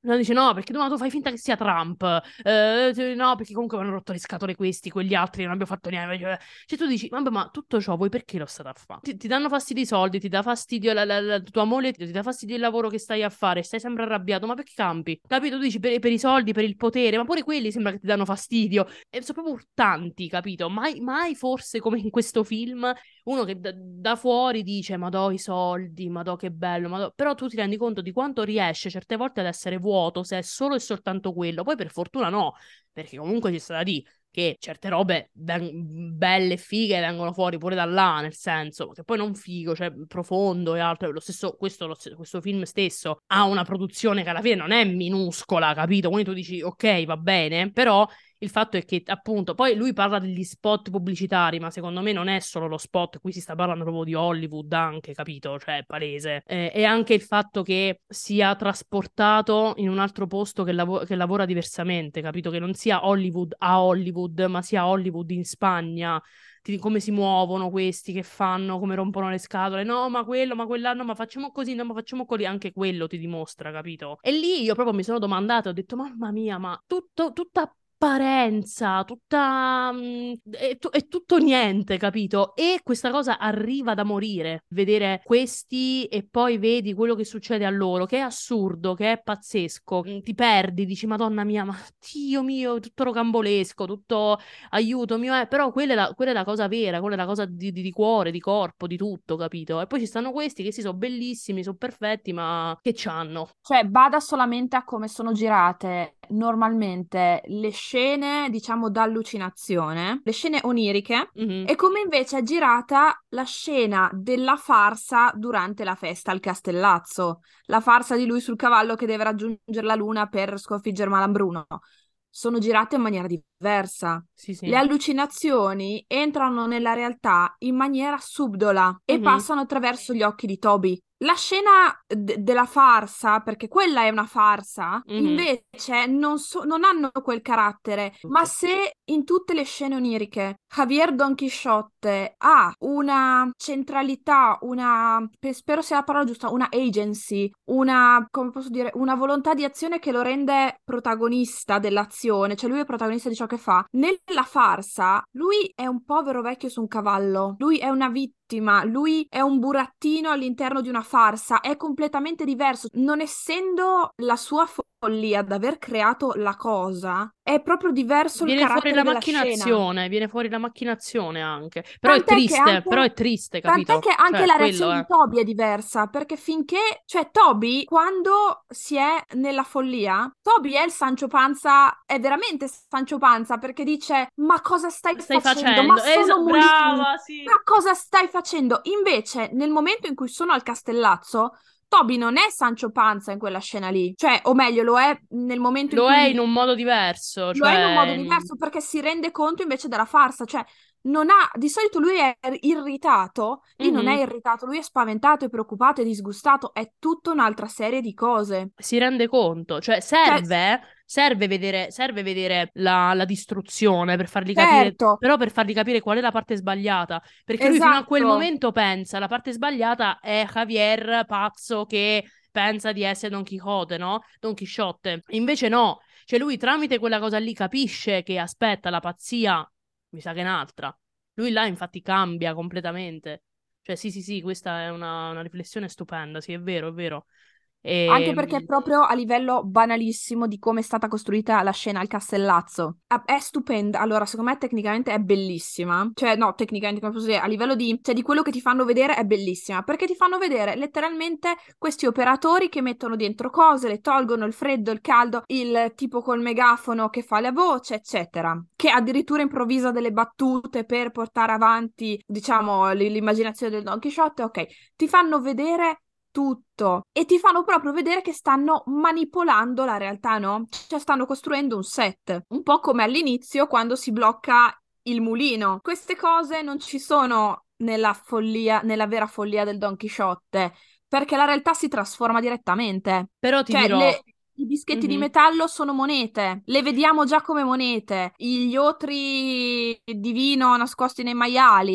No, dice no, perché tu, ma tu fai finta che sia Trump. Eh, tu- no, perché comunque mi hanno rotto le scatole questi, quegli altri, non abbiamo fatto niente. Cioè, cioè, tu dici, vabbè, ma tutto ciò voi perché lo state a fare? Ti, ti danno fastidio i soldi, ti dà fastidio la, la- la- tua moglie, ti dà fastidio il lavoro che stai a fare, stai sempre arrabbiato, ma perché campi? Capito? Tu dici per, per i soldi, per il potere, ma pure quelli sembra che ti danno fastidio. E sono proprio urtanti, capito? Mai, mai forse come in questo film uno che da, da fuori dice madò i soldi, madò che bello, madò... però tu ti rendi conto di quanto riesce certe volte ad essere vuoto se è solo e soltanto quello. Poi per fortuna no, perché comunque ci sta da dire che certe robe ven- belle e fighe vengono fuori pure da là, nel senso che poi non figo, cioè profondo e altro. Lo stesso, questo, lo st- questo film stesso ha una produzione che alla fine non è minuscola, capito? Quindi tu dici ok, va bene, però il fatto è che, appunto, poi lui parla degli spot pubblicitari, ma secondo me non è solo lo spot, qui si sta parlando proprio di Hollywood anche, capito? Cioè, è palese. Eh, e anche il fatto che sia trasportato in un altro posto che, lavo- che lavora diversamente, capito? Che non sia Hollywood a Hollywood, ma sia Hollywood in Spagna. Ti- come si muovono questi, che fanno, come rompono le scatole. No, ma quello, ma quell'anno, ma facciamo così, no, ma facciamo così. Anche quello ti dimostra, capito? E lì io proprio mi sono domandata, ho detto, mamma mia, ma tutto, tutta apparenza, tutta... mm, è, tu- è tutto niente, capito? E questa cosa arriva da morire, vedere questi e poi vedi quello che succede a loro, che è assurdo, che è pazzesco. Mm, Ti perdi, dici, Madonna mia, ma Dio mio, tutto rocambolesco, tutto aiuto mio, eh. Però quella è la, quella è la cosa vera, quella è la cosa di, di- di cuore, di corpo, di tutto, capito? E poi ci stanno questi che sì, sono bellissimi, sono perfetti, ma che c'hanno? Cioè, bada solamente a come sono girate normalmente le scene, diciamo, d'allucinazione, le scene oniriche, Mhm. e come invece è girata la scena della farsa durante la festa al Castellazzo, la farsa di lui sul cavallo che deve raggiungere la luna per sconfiggere Malambruno. Sono girate in maniera diversa. Sì, Le sì. allucinazioni entrano nella realtà in maniera subdola e Mhm. passano attraverso gli occhi di Toby. La scena d- della farsa, perché quella è una farsa, Mhm. invece non, so- non hanno quel carattere. Ma se in tutte le scene oniriche Javier Don Chisciotte ha una centralità, una, pe- spero sia la parola giusta, una agency, una, come posso dire, una volontà di azione che lo rende protagonista dell'azione, cioè lui è protagonista di ciò che fa. Nella farsa, lui è un povero vecchio su un cavallo, lui è una vittima, lui è un burattino all'interno di una farsa, è completamente diverso. Non essendo la sua follia ad aver creato la cosa, è proprio diverso il Viene fuori la carattere della scena. macchinazione, viene fuori la macchinazione anche. Però è Tant'è che triste, però anche, è triste, tant'è capito? che anche Cioè, la quello reazione è. di Toby è diversa, perché finché, cioè Toby, quando si è nella follia, Toby è il Sancho Panza, è veramente Sancho Panza, perché dice, ma cosa stai Stai facendo? Ma facendo? sono Es- mulini, brava, sì. ma cosa stai facendo? Invece, nel momento in cui sono al Castellazzo, Toby non è Sancho Panza in quella scena lì, cioè, o meglio, lo è nel momento in Lo è cui in un modo diverso, lo è in un modo cioè. in- diverso perché si rende conto invece della farsa, cioè non ha, di solito lui è irritato, lì non è Mhm. irritato, lui è spaventato, è preoccupato, è disgustato, è tutta un'altra serie di cose. Si rende conto, cioè Cioè, serve, serve vedere, serve vedere la, la distruzione per fargli capire, certo, però per fargli capire qual è la parte sbagliata, perché lui fino a quel esatto. momento pensa, la parte sbagliata è Javier pazzo che pensa di essere Don Quixote, no? Don Chisciotte. Invece no, cioè lui tramite quella cosa lì capisce che aspetta la pazzia, mi sa che è un'altra. Lui là infatti cambia completamente. Cioè sì, sì, sì, questa è una, una riflessione stupenda, sì, è vero, è vero. Anche E, perché proprio a livello banalissimo di come è stata costruita la scena al Castellazzo. Ah, è stupenda. Allora, secondo me tecnicamente è bellissima. Cioè, no, tecnicamente, come posso dire, a livello di, cioè, di quello che ti fanno vedere è bellissima. Perché ti fanno vedere letteralmente questi operatori che mettono dentro cose, le tolgono il freddo, il caldo, il tipo col megafono che fa la voce, eccetera. Che addirittura improvvisa delle battute per portare avanti, diciamo, l- l'immaginazione del Don Chisciotte. Ok, ti fanno vedere tutto e ti fanno proprio vedere che stanno manipolando la realtà, no? Cioè stanno costruendo un set, un po' come all'inizio quando si blocca il mulino. Queste cose non ci sono nella follia, nella vera follia del Don Chisciotte, perché la realtà si trasforma direttamente. però ti Cioè, dirò, le- i dischetti di mhm, metallo sono monete, le vediamo già come monete, gli otri di vino nascosti nei maiali.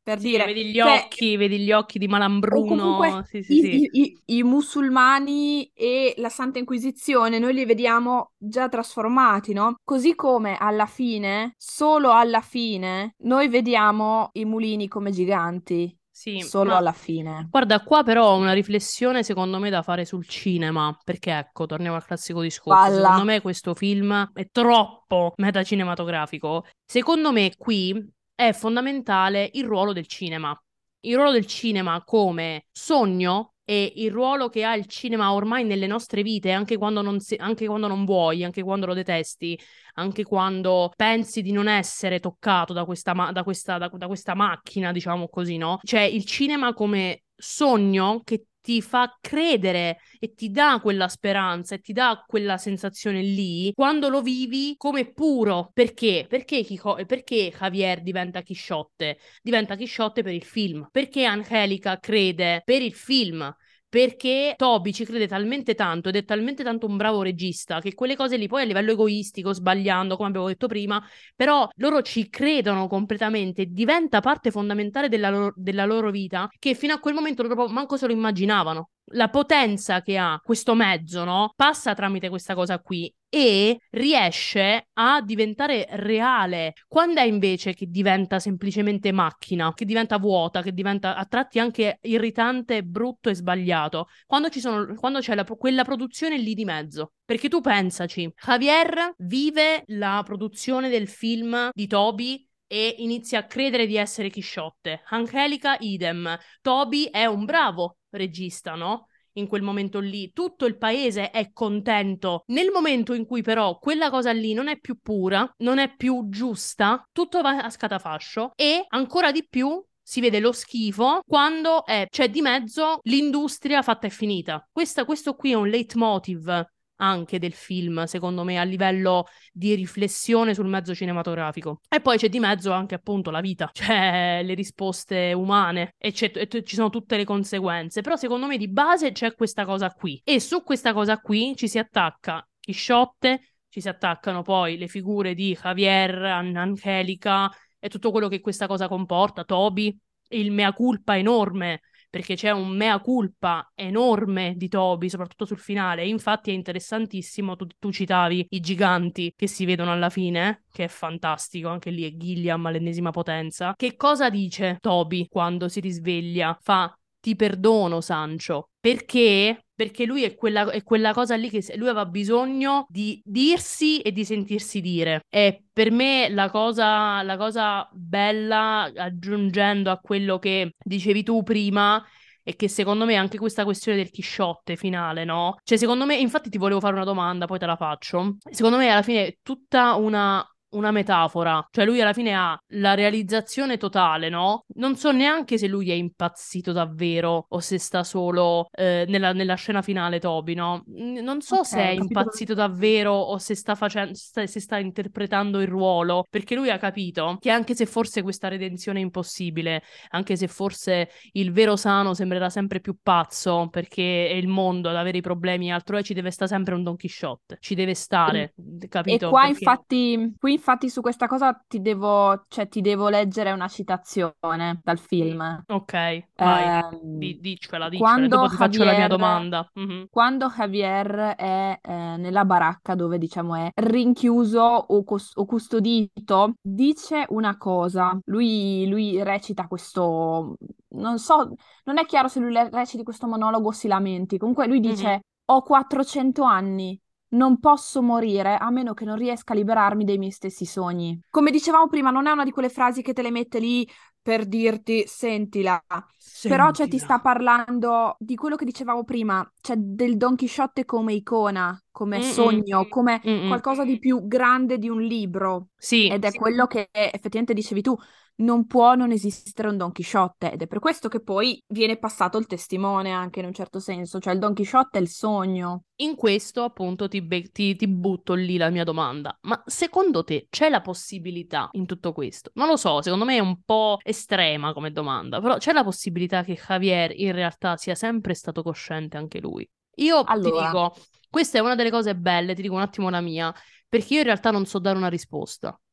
per Sì, dire, vedi gli cioè, occhi, vedi gli occhi di o comunque Malambruno. Sì, sì, i, sì. i- i- i musulmani e la Santa Inquisizione noi li vediamo già trasformati, no? Così come alla fine, solo alla fine, noi vediamo i mulini come giganti, Sì, solo ma alla fine. guarda, qua però ho una riflessione secondo me da fare sul cinema, perché ecco, torniamo al classico discorso, secondo Palla. me questo film è troppo metacinematografico. Secondo me qui è fondamentale il ruolo del cinema. Il ruolo del cinema come sogno e il ruolo che ha il cinema ormai nelle nostre vite, anche quando non, se- anche quando non vuoi, anche quando lo detesti, anche quando pensi di non essere toccato da questa, ma- da questa, da, da questa macchina, diciamo così, no? Cioè il cinema come sogno che ti fa credere e ti dà quella speranza e ti dà quella sensazione lì quando lo vivi come puro. Perché? Perché, Chico- perché Javier diventa Chisciotte? Diventa Chisciotte per il film. Perché Angelica crede per il film. Perché Toby ci crede talmente tanto ed è talmente tanto un bravo regista che quelle cose lì poi a livello egoistico, sbagliando, come abbiamo detto prima, però loro ci credono completamente, diventa parte fondamentale della loro, della loro vita, che fino a quel momento loro proprio manco se lo immaginavano. La potenza che ha questo mezzo, no? Passa tramite questa cosa qui e riesce a diventare reale. Quando è invece che diventa semplicemente macchina, che diventa vuota, che diventa a tratti anche irritante, brutto e sbagliato? Quando ci sono, quando c'è la- quella produzione lì di mezzo. Perché tu pensaci, Javier vive la produzione del film di Toby e inizia a credere di essere Chisciotte. Angelica, idem. Toby è un bravo regista, no? In quel momento lì, tutto il paese è contento. Nel momento in cui però quella cosa lì non è più pura, non è più giusta, tutto va a scatafascio e ancora di più si vede lo schifo quando è- c'è di mezzo l'industria fatta e finita. Questa- questo qui è un leitmotiv anche del film, secondo me, a livello di riflessione sul mezzo cinematografico. E poi c'è di mezzo anche appunto la vita, cioè le risposte umane e, c'è- e t- ci sono tutte le conseguenze. Però secondo me di base c'è questa cosa qui e su questa cosa qui ci si attacca Chisciotte, ci si attaccano poi le figure di Javier, An- Angelica e tutto quello che questa cosa comporta, Toby, il mea culpa enorme perché c'è un mea culpa enorme di Toby, soprattutto sul finale. E infatti è interessantissimo, tu, tu citavi i giganti che si vedono alla fine, che è fantastico, anche lì è Gilliam all'ennesima potenza. Che cosa dice Toby quando si risveglia? Fa: ti perdono, Sancho. Perché? Perché lui è quella, è quella cosa lì che se- lui aveva bisogno di dirsi e di sentirsi dire. E per me la cosa, la cosa bella, aggiungendo a quello che dicevi tu prima, è che secondo me anche questa questione del Chisciotte finale, no? Cioè, secondo me, infatti ti volevo fare una domanda, poi te la faccio. Secondo me alla fine è tutta una una metafora, cioè lui alla fine ha la realizzazione totale, no? Non so neanche se lui è impazzito davvero o se sta solo eh, nella, nella scena finale Toby, no? N- Non so Ok, se è ho capito cosa impazzito intendi. davvero o se sta facendo, sta- se sta interpretando il ruolo, perché lui ha capito che anche se forse questa redenzione è impossibile, anche se forse il vero sano sembrerà sempre più pazzo perché è il mondo ad avere i problemi e altro è, ci deve stare sempre un Don Chisciotte, ci deve stare, E capito? qua Perché infatti, qui infatti su questa cosa ti devo, cioè, ti devo leggere una citazione dal Mm, film. ok, vai, Di- Ehm, diccela, diccela, e dopo quando ti faccio la mia Javier, domanda. Mhm, quando Javier è eh, nella baracca dove diciamo è rinchiuso o, cus- o custodito, dice una cosa. Lui, lui recita questo, non so, non è chiaro se lui le- reciti questo monologo o si lamenti. Comunque lui mhm. dice: Ho quattrocento anni. Non posso morire a meno che non riesca a liberarmi dei miei stessi sogni. Come dicevamo prima, non è una di quelle frasi che te le mette lì per dirti sentila. Però cioè, ti Sentila. sta parlando di quello che dicevamo prima, cioè del Don Chisciotte come icona, come Mm-mm, sogno, come mm-mm. qualcosa di più grande di un libro. Sì, Ed è quello che effettivamente dicevi tu, non può non esistere un Don Chisciotte. Ed è per questo che poi viene passato il testimone anche in un certo senso, cioè il Don Chisciotte è il sogno. in questo appunto ti, be- ti- ti butto lì la mia domanda. Ma secondo te c'è la possibilità in tutto questo? Non lo so, secondo me è un po' estrema come domanda, però c'è la possibilità che Javier in realtà sia sempre stato cosciente anche lui? Io ti Allora, dico, questa è una delle cose belle, ti dico un attimo la mia, perché io in realtà non so dare una risposta.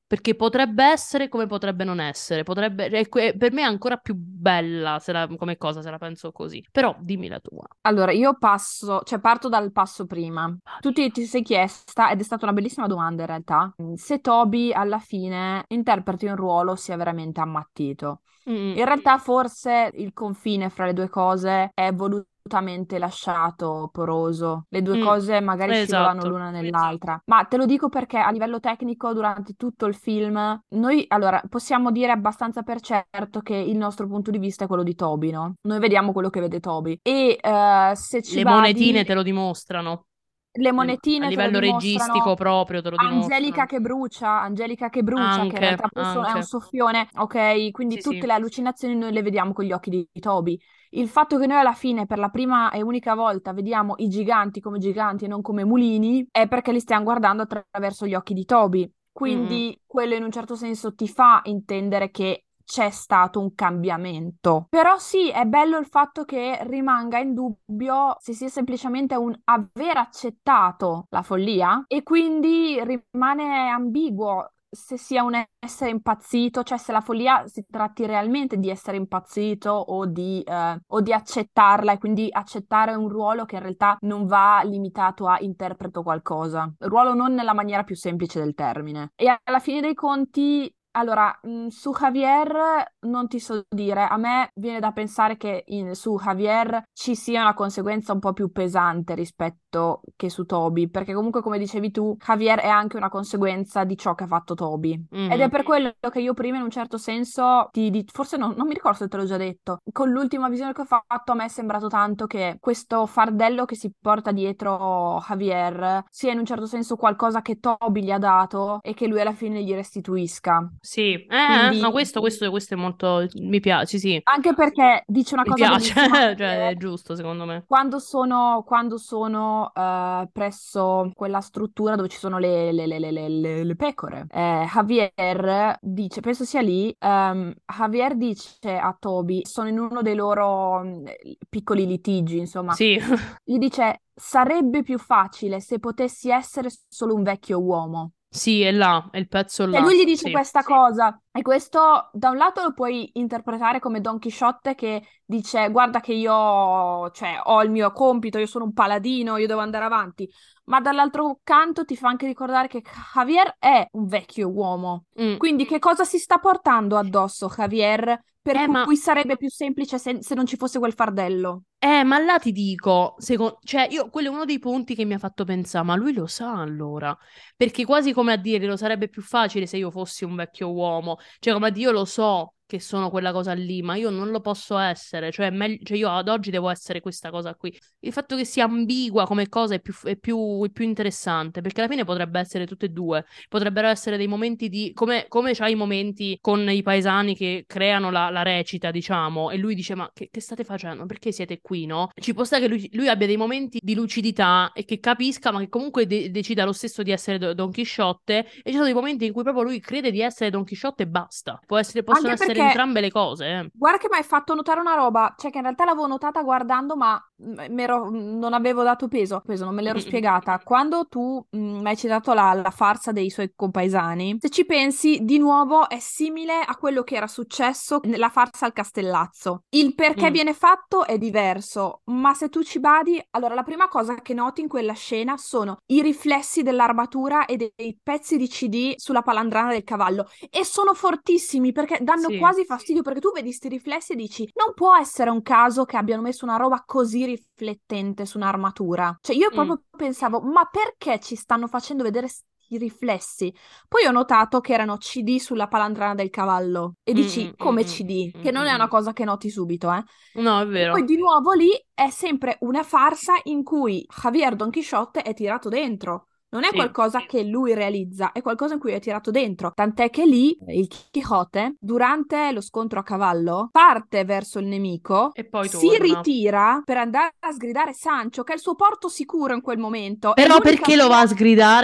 perché potrebbe essere come potrebbe non essere, potrebbe, cioè, que- per me è ancora più bella se la- come cosa se la penso così, però dimmi la tua. Allora, io passo, cioè parto dal passo prima. Tu ti, ti sei chiesta, ed è stata una bellissima domanda in realtà, se Toby alla fine interpreti un ruolo sia veramente ammattito. Mm, In realtà forse il confine fra le due cose è volutamente lasciato poroso. Le due mm, cose magari scivolano esatto. l'una nell'altra. Ma te lo dico perché a livello tecnico, durante tutto il film, noi allora possiamo dire abbastanza per certo che il nostro punto di vista è quello di Toby, no? Noi vediamo quello che vede Toby. E eh, se ci Le badi, monetine te lo dimostrano. le Le- a monetine te lo livello registico dimostrano. proprio te lo Angelica dimostrano. che brucia, Angelica che brucia, che in Anche, realtà poi so- è un anche. soffione, ok? Quindi Sì, tutte sì. le allucinazioni noi le vediamo con gli occhi di Toby. Il fatto che noi alla fine, per la prima e unica volta, vediamo i giganti come giganti e non come mulini, è perché li stiamo guardando attraverso gli occhi di Toby. Mm-mm. Quindi quello in un certo senso ti fa intendere che c'è stato un cambiamento. Però sì, è bello il fatto che rimanga in dubbio se sia semplicemente un aver accettato la follia e quindi rimane ambiguo se sia un essere impazzito, cioè se la follia si tratti realmente di essere impazzito o di, eh, o di accettarla e quindi accettare un ruolo che in realtà non va limitato a interpreto qualcosa. Ruolo non nella maniera più semplice del termine. E alla fine dei conti, allora, mh, su Javier non ti so dire, a me viene da pensare che in- su Javier ci sia una conseguenza un po' più pesante rispetto che su Toby, perché comunque come dicevi tu, Javier è anche una conseguenza di ciò che ha fatto Toby. Ed è Mhm. per quello che io prima in un certo senso, ti, di- forse non, non mi ricordo se te l'ho già detto, con l'ultima visione che ho fatto a me è sembrato tanto che questo fardello che si porta dietro Javier sia in un certo senso qualcosa che Toby gli ha dato e che lui alla fine gli restituisca. Sì, eh, eh, Quindi, no, questo, questo, questo è molto... mi piace, sì, anche perché dice una mi cosa piace, bellissima cioè è Javier, giusto secondo me. quando sono, quando sono eh, presso quella struttura dove ci sono le, le- le- le- le- le- le pecore, eh, Javier dice, penso sia lì, ehm, Javier dice a Toby, sono in uno dei loro mm, piccoli litigi, insomma, Sì, gli dice, sarebbe più facile se potessi essere solo un vecchio uomo. sì, è là, è il pezzo Cioè, là, lui gli dice sì. questa cosa e questo da un lato lo puoi interpretare come Don Chisciotte che dice guarda che io, cioè, ho il mio compito, io sono un paladino, io devo andare avanti, ma dall'altro canto ti fa anche ricordare che Javier è un vecchio uomo. Mm. Quindi che cosa si sta portando addosso Javier per Eh, ma cui sarebbe più semplice se, se non ci fosse quel fardello? Eh, ma là ti dico, seco- cioè io, quello è uno dei punti che mi ha fatto pensare, ma lui lo sa allora? Perché quasi come a dire, lo sarebbe più facile se io fossi un vecchio uomo, cioè come a dire, io lo so che sono quella cosa lì, ma io non lo posso essere, cioè, è megl- cioè io ad oggi devo essere questa cosa qui. Il fatto che sia ambigua come cosa è più, è più, è più interessante, perché alla fine potrebbe essere tutte e due, potrebbero essere dei momenti di, come, come c'hai i momenti con i paesani che creano la, la recita, diciamo, e lui dice, ma che, che state facendo? Perché siete qui, no? Ci può stare che lui, lui abbia dei momenti di lucidità e che capisca, ma che comunque de- decida lo stesso di essere Do- Don Chisciotte, e ci sono dei momenti in cui proprio lui crede di essere Don Chisciotte e basta. Può essere, possono Anche essere perché entrambe le cose, eh. guarda che mi hai fatto notare una roba, cioè che in realtà l'avevo notata guardando, ma m- m'ero- non avevo dato peso, peso, non me l'ero Mm-mm. spiegata. Quando tu mh, mi hai citato la, la farsa dei suoi compaesani, se ci pensi, di nuovo è simile a quello che era successo nella farsa al Castellazzo. Il perché Mm. viene fatto è diverso, ma se tu ci badi, allora la prima cosa che noti in quella scena sono i riflessi dell'armatura e dei pezzi di C D sulla palandrana del cavallo e sono fortissimi perché danno Sì. quasi fastidio perché tu vedi sti riflessi e dici non può essere un caso che abbiano messo una roba così riflettente su un'armatura. Cioè io Mm. proprio pensavo ma perché ci stanno facendo vedere sti riflessi? Poi ho notato che erano C D sulla palandrana del cavallo e dici Mm-mm, come mm-mm, C D? Che non è una mm-mm. cosa che noti subito, eh. No, è E poi vero. di nuovo lì è sempre una farsa in cui Javier Don Chisciotte è tirato dentro. Non è Sì. qualcosa che lui realizza, è qualcosa in cui è tirato dentro. Tant'è che lì il Quixote, durante lo scontro a cavallo, parte verso il nemico, E poi si torna. ritira per andare a sgridare Sancho, che è il suo porto sicuro in quel momento. È Però l'unica perché lo va a via sgridare?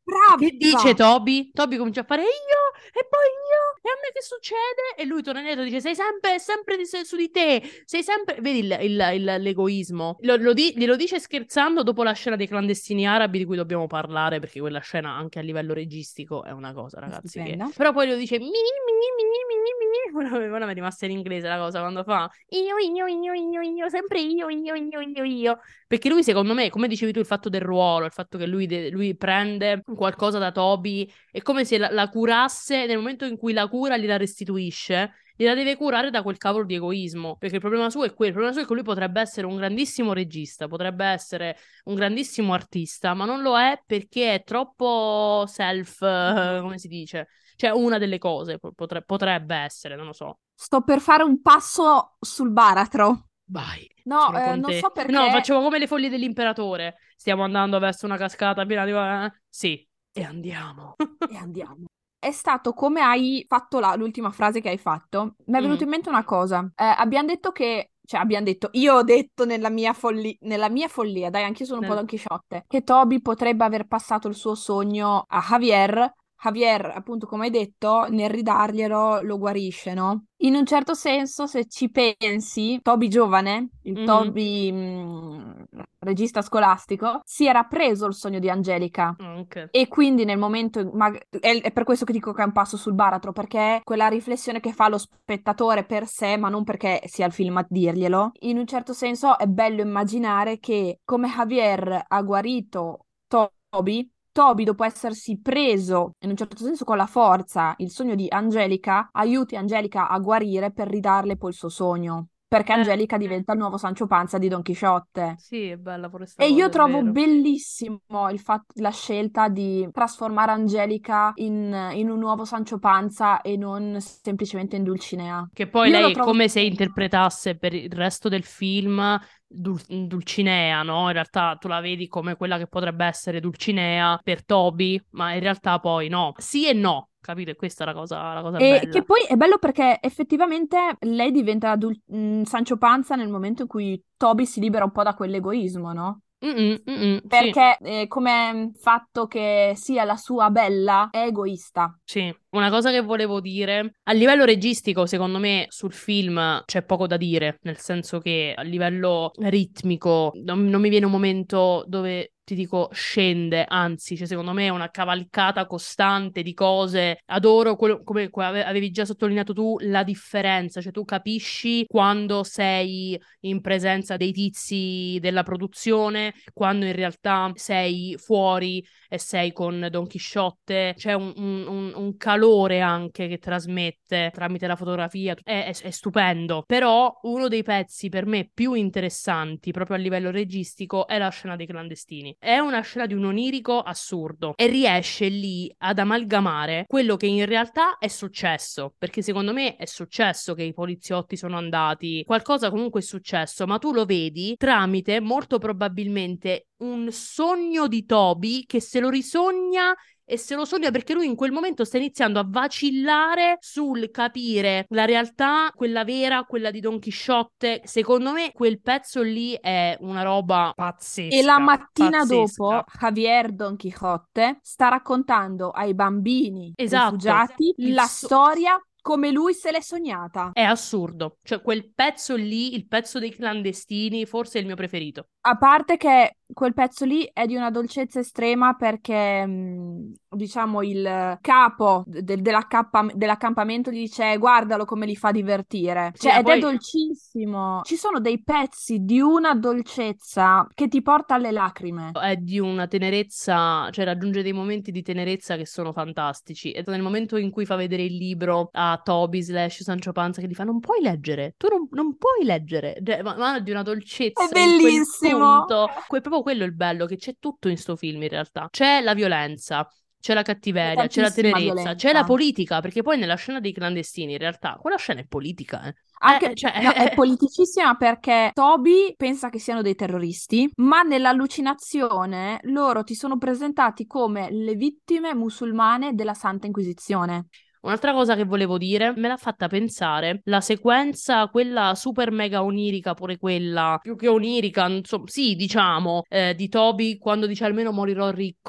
Che dice brava! Toby? Toby comincia a fare io, e poi io, e a me che succede? E lui torna indietro e dice, sei sempre, sempre di- su di te, sei sempre... Vedi il- il- il- l'egoismo? Lo, lo di- glielo dice scherzando dopo la scena dei clandestini arabi di cui dobbiamo parlare, perché quella scena anche a livello registico è una cosa, È ragazzi, che... stupenda. Però poi lo dice, mi, mi, mi, mi, mi, mi. Ora mi è rimasta in inglese la cosa quando fa, io, io, io, io, io, sempre io, io, io, io, io. Perché lui, secondo me, come dicevi tu, il fatto del ruolo, il fatto che lui, de- lui prende qualcosa da Toby, è come se la, la curasse nel momento in cui la cura gliela restituisce, gliela deve curare da quel cavolo di egoismo. Perché il problema suo è quello, il problema suo è che lui potrebbe essere un grandissimo regista, potrebbe essere un grandissimo artista, ma non lo è perché è troppo self, eh, come si dice? Cioè, una delle cose potre- potrebbe essere, non lo so. Sto per fare un passo sul baratro. Vai, No, sono eh, con non te. so No, perché. facciamo come le foglie dell'imperatore. Stiamo andando verso una cascata piena di... eh? Sì, e Sì, andiamo. e andiamo. È stato come hai fatto la- l'ultima frase che hai fatto. Mi è venuto Mm, in mente una cosa. Eh, abbiamo detto che, cioè abbiamo detto, io ho detto nella mia follia, nella mia follia, dai, anch'io sono un po' nel- Don Chisciotte, che Toby potrebbe aver passato il suo sogno a Javier. Javier, appunto, come hai detto, nel ridarglielo lo guarisce, no? In un certo senso, se ci pensi, Toby giovane, il mhm, Toby mh, regista scolastico, si era preso il sogno di Angelica. anche. E quindi nel momento, in- ma- è, è per questo che dico che è un passo sul baratro, perché è quella riflessione che fa lo spettatore per sé, ma non perché sia il film a dirglielo. In un certo senso è bello immaginare che come Javier ha guarito Toby, Toby, dopo essersi preso, in un certo senso con la forza, il sogno di Angelica, aiuti Angelica a guarire per ridarle poi il suo sogno. Perché Eh, Angelica diventa il nuovo Sancho Panza di Don Chisciotte. sì, è bella pure sta E io cosa, è trovo vero. bellissimo il fatto, la scelta di trasformare Angelica in, in un nuovo Sancho Panza e non semplicemente in Dulcinea. Che poi Io lo lei è trovo come se stupendo. interpretasse per il resto del film Dul- Dulcinea, no? In realtà tu la vedi come quella che potrebbe essere Dulcinea per Toby, ma in realtà poi no. Sì e no, capito? E questa è la cosa, la cosa E che bella. poi è bello perché effettivamente lei diventa Dul- mh, Sancho Panza nel momento in cui Toby si libera un po' da quell'egoismo, no? Mm-mm, mm-mm, sì. Perché eh, come fatto che sia la sua bella è egoista. Sì, una cosa che volevo dire, a livello registico, secondo me sul film c'è poco da dire, nel senso che a livello ritmico non, non mi viene un momento dove ti dico scende, anzi, cioè, secondo me è una cavalcata costante di cose. Adoro quello, come que- ave- avevi già sottolineato tu, la differenza, cioè tu capisci quando sei in presenza dei tizi della produzione, quando in realtà sei fuori e sei con Don Chisciotte, c'è un, un- un- un calore anche che trasmette tramite la fotografia, è, è- è stupendo. Però uno dei pezzi per me più interessanti, proprio a livello registico, è la scena dei clandestini. È una scena di un onirico assurdo e riesce lì ad amalgamare quello che in realtà è successo, perché secondo me è successo che i poliziotti sono andati, qualcosa comunque è successo, ma tu lo vedi tramite molto probabilmente un sogno di Toby che se lo risogna e se lo sogna perché lui in quel momento sta iniziando a vacillare sul capire la realtà, quella vera, quella di Don Chisciotte. Secondo me quel pezzo lì è una roba E la pazzesca, mattina pazzesca. dopo, Javier Don Chisciotte sta raccontando ai bambini Esatto. rifugiati Il la so- storia come lui se l'è sognata. è assurdo. Cioè quel pezzo lì, il pezzo dei clandestini, forse è il mio preferito. A parte che quel pezzo lì è di una dolcezza estrema perché, mh, diciamo, il capo de- dell'accappa- dell'accampamento gli dice guardalo come li fa divertire. Sì, Cioè, ma ed è poi dolcissimo. Ci sono dei pezzi di una dolcezza che ti porta alle lacrime. è di una tenerezza, cioè raggiunge dei momenti di tenerezza che sono fantastici. E nel momento in cui fa vedere il libro a Toby slash Sancho Panza che gli fa non puoi leggere, tu non, non puoi leggere, cioè, ma, ma di una È dolcezza in quel bellissimo! punto. Que- proprio quello è il bello, che c'è tutto in sto film in realtà. C'è la violenza. C'è la C'è cattiveria, c'è la tantissima tenerezza, c'è la violenza. politica, perché poi nella scena dei clandestini, in realtà, quella scena è politica, eh. Eh, Anche, eh, cioè, no, è politicissima perché Toby pensa che siano dei terroristi, ma nell'allucinazione loro ti sono presentati come le vittime musulmane della Santa Inquisizione. un'altra cosa che volevo dire, me l'ha fatta pensare la sequenza, quella super mega onirica, pure quella più che onirica, insomma, sì, diciamo, eh, di Toby quando dice almeno morirò ricco.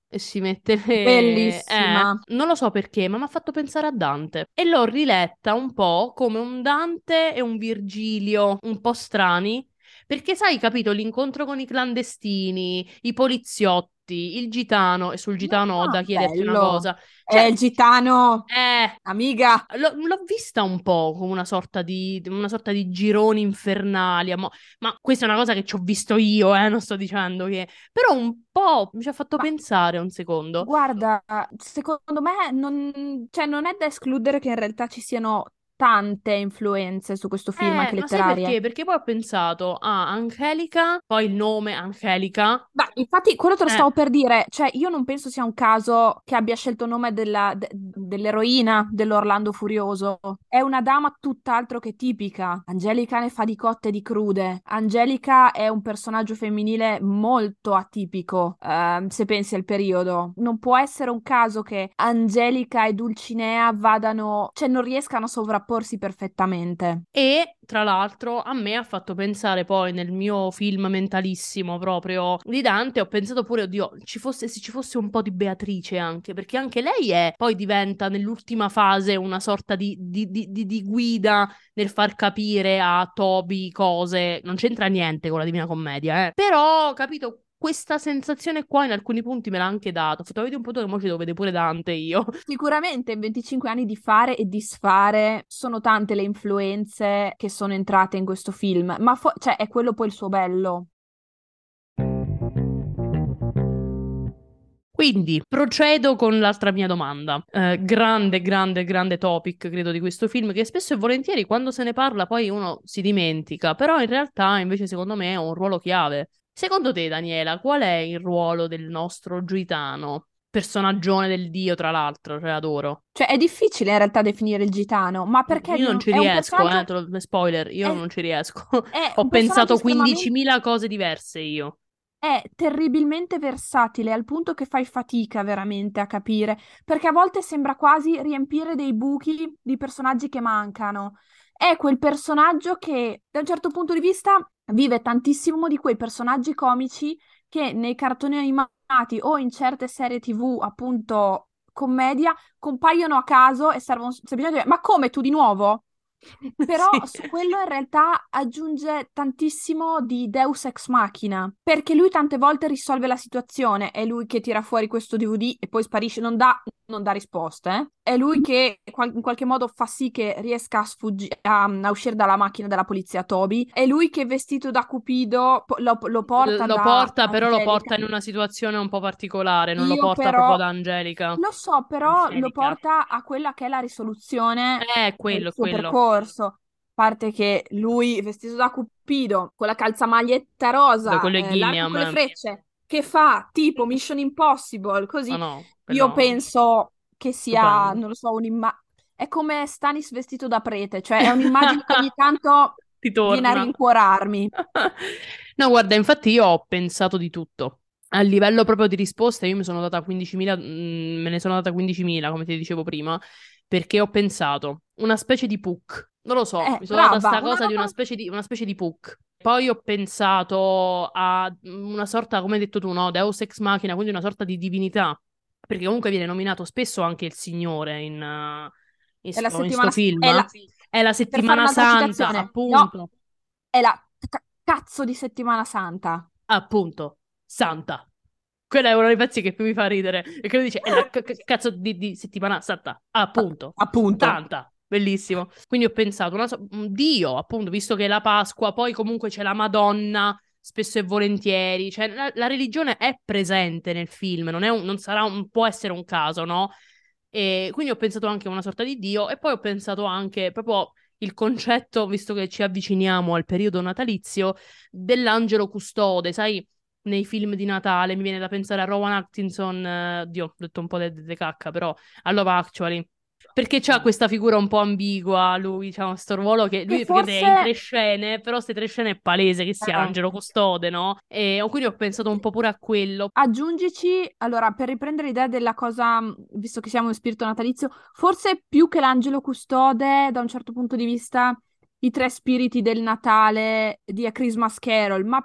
e si mette le... Eh, Bellissima. non lo so perché, ma mi ha fatto pensare a Dante. E l'ho riletta un po' come un Dante e un Virgilio un po' strani, perché sai, capito, l'incontro con i clandestini, i poliziotti, il gitano, e sul gitano ho Ah, da chiederti una bello. cosa. È Cioè, il gitano, eh, amiga. l'ho l'ho vista un po' come una sorta di, una sorta di gironi infernali, amo- ma questa è una cosa che ci ho visto io, eh, non sto dicendo che... Però un po' mi ci ha fatto Ma pensare un secondo. guarda, secondo me non, cioè, non è da escludere che in realtà ci siano tante influenze su questo film, Eh, anche ma sai perché? letterarie. Perché poi ho pensato a Angelica, poi il nome Angelica. Beh, infatti, quello te lo Eh, stavo per dire, cioè io non penso sia un caso che abbia scelto il nome della- de- dell'eroina dell'Orlando Furioso. È una dama tutt'altro che tipica. Angelica ne fa di cotte e di crude. Angelica è un personaggio femminile molto atipico, ehm, se pensi al periodo. Non può essere un caso che Angelica e Dulcinea vadano, cioè non riescano a sovrapporsi perfettamente. E tra l'altro a me ha fatto pensare poi nel mio film mentalissimo proprio di Dante, ho pensato pure, oddio, ci fosse, se ci fosse un po' di Beatrice anche, perché anche lei è, poi diventa nell'ultima fase una sorta di, di- di- di- di guida nel far capire a Toby cose, non c'entra niente con la Divina Commedia, eh. Però, capito, questa sensazione qua in alcuni punti me l'ha anche dato. Ho fatto, vedi un po' tu che mo ci devo vedere pure Dante io. Sicuramente in venticinque anni di fare e disfare sono tante le influenze che sono entrate in questo film, ma fo- cioè, è quello poi il suo bello. Quindi procedo con l'altra mia domanda. Eh, grande, grande, grande topic, credo, di questo film, che spesso e volentieri quando se ne parla poi uno si dimentica, però in realtà invece secondo me ha un ruolo chiave. Secondo te, Daniela, qual è il ruolo del nostro Giuitano? Personaggione del Dio, tra l'altro, cioè adoro. Cioè, è difficile in realtà definire il gitano, ma perché Io non non- ci è un riesco, eh, personaggio, te lo- spoiler, io è, non ci riesco. è Ho un personaggio pensato estremamente, quindicimila cose diverse io. è terribilmente versatile al punto che fai fatica veramente a capire, perché a volte sembra quasi riempire dei buchi di personaggi che mancano. È quel personaggio che, da un certo punto di vista, vive tantissimo di quei personaggi comici che nei cartoni animati o in certe serie T V, appunto, commedia, compaiono a caso e servono semplicemente. Ma come tu di nuovo? Però Sì. su quello in realtà aggiunge tantissimo di Deus ex machina, perché lui tante volte risolve la situazione, è lui che tira fuori questo D V D e poi sparisce, non dà, non dà risposte, eh. È lui che qual- in qualche modo fa sì che riesca a, sfuggi- a, a uscire dalla macchina della polizia Toby, è lui che vestito da Cupido po- lo, lo L- porta Lo da porta, però lo porta Angelica. in una situazione un po' particolare, non lo Io porta proprio però da Angelica. lo so, però lo Angelica. porta a quella che è la risoluzione Eh, del quello, suo quello. percorso. A parte che lui, vestito da Cupido, con la calzamaglietta Da rosa, quello è eh, l'arco con le Gilliam. frecce, che fa tipo Mission Impossible, Ma così, no, io quello penso che sia, stupendo. non lo so, un'immagine. È come Stanis vestito da prete, cioè è un'immagine che ogni tanto Ti viene a torna. rincuorarmi. No, guarda, infatti io ho pensato di tutto. A livello proprio di risposta, io mi sono data quindicimila, mm, me ne sono data quindicimila, come ti dicevo prima, perché ho pensato una specie di Puck. Non lo so, Eh, mi sono data brava, sta una cosa di una roba. specie di, una specie di Puck. Poi ho pensato a una sorta, come hai detto tu, no? Deus ex machina, quindi una sorta di divinità. Perché comunque viene nominato spesso anche il Signore in, eh, in È la sto, in sto settimana. È film. la... È la Per fare settimana un'altra santa, citazione, no, appunto. è la ca- cazzo di settimana santa. Appunto, santa. Quella è uno dei pezzi che più mi fa ridere. E che lui dice, è la c- c- cazzo di, di settimana santa. Appunto, Appunto. santa. Bellissimo. Quindi ho pensato, una so- un Dio, appunto, visto che è la Pasqua, poi comunque c'è la Madonna, spesso e volentieri. Cioè, la, la religione è presente nel film, non è un- non sarà un- può essere un caso, no? E quindi ho pensato anche a una sorta di Dio, e poi ho pensato anche proprio il concetto, visto che ci avviciniamo al periodo natalizio, dell'angelo custode, sai, nei film di Natale mi viene da pensare a Rowan Atkinson, eh, Dio, ho detto un po' de, de cacca, però a Love Actually. Perché c'ha Eh. questa figura un po' ambigua, lui, c'ha questo ruolo che Che lui perché è forse in tre scene, però queste tre scene è palese che sia eh, l'angelo custode, no? E quindi ho pensato un po' pure a quello. aggiungici, allora, per riprendere l'idea della cosa, mh, visto che siamo in spirito natalizio, forse più che l'angelo custode, da un certo punto di vista, i tre spiriti del Natale di A Christmas Carol, ma perché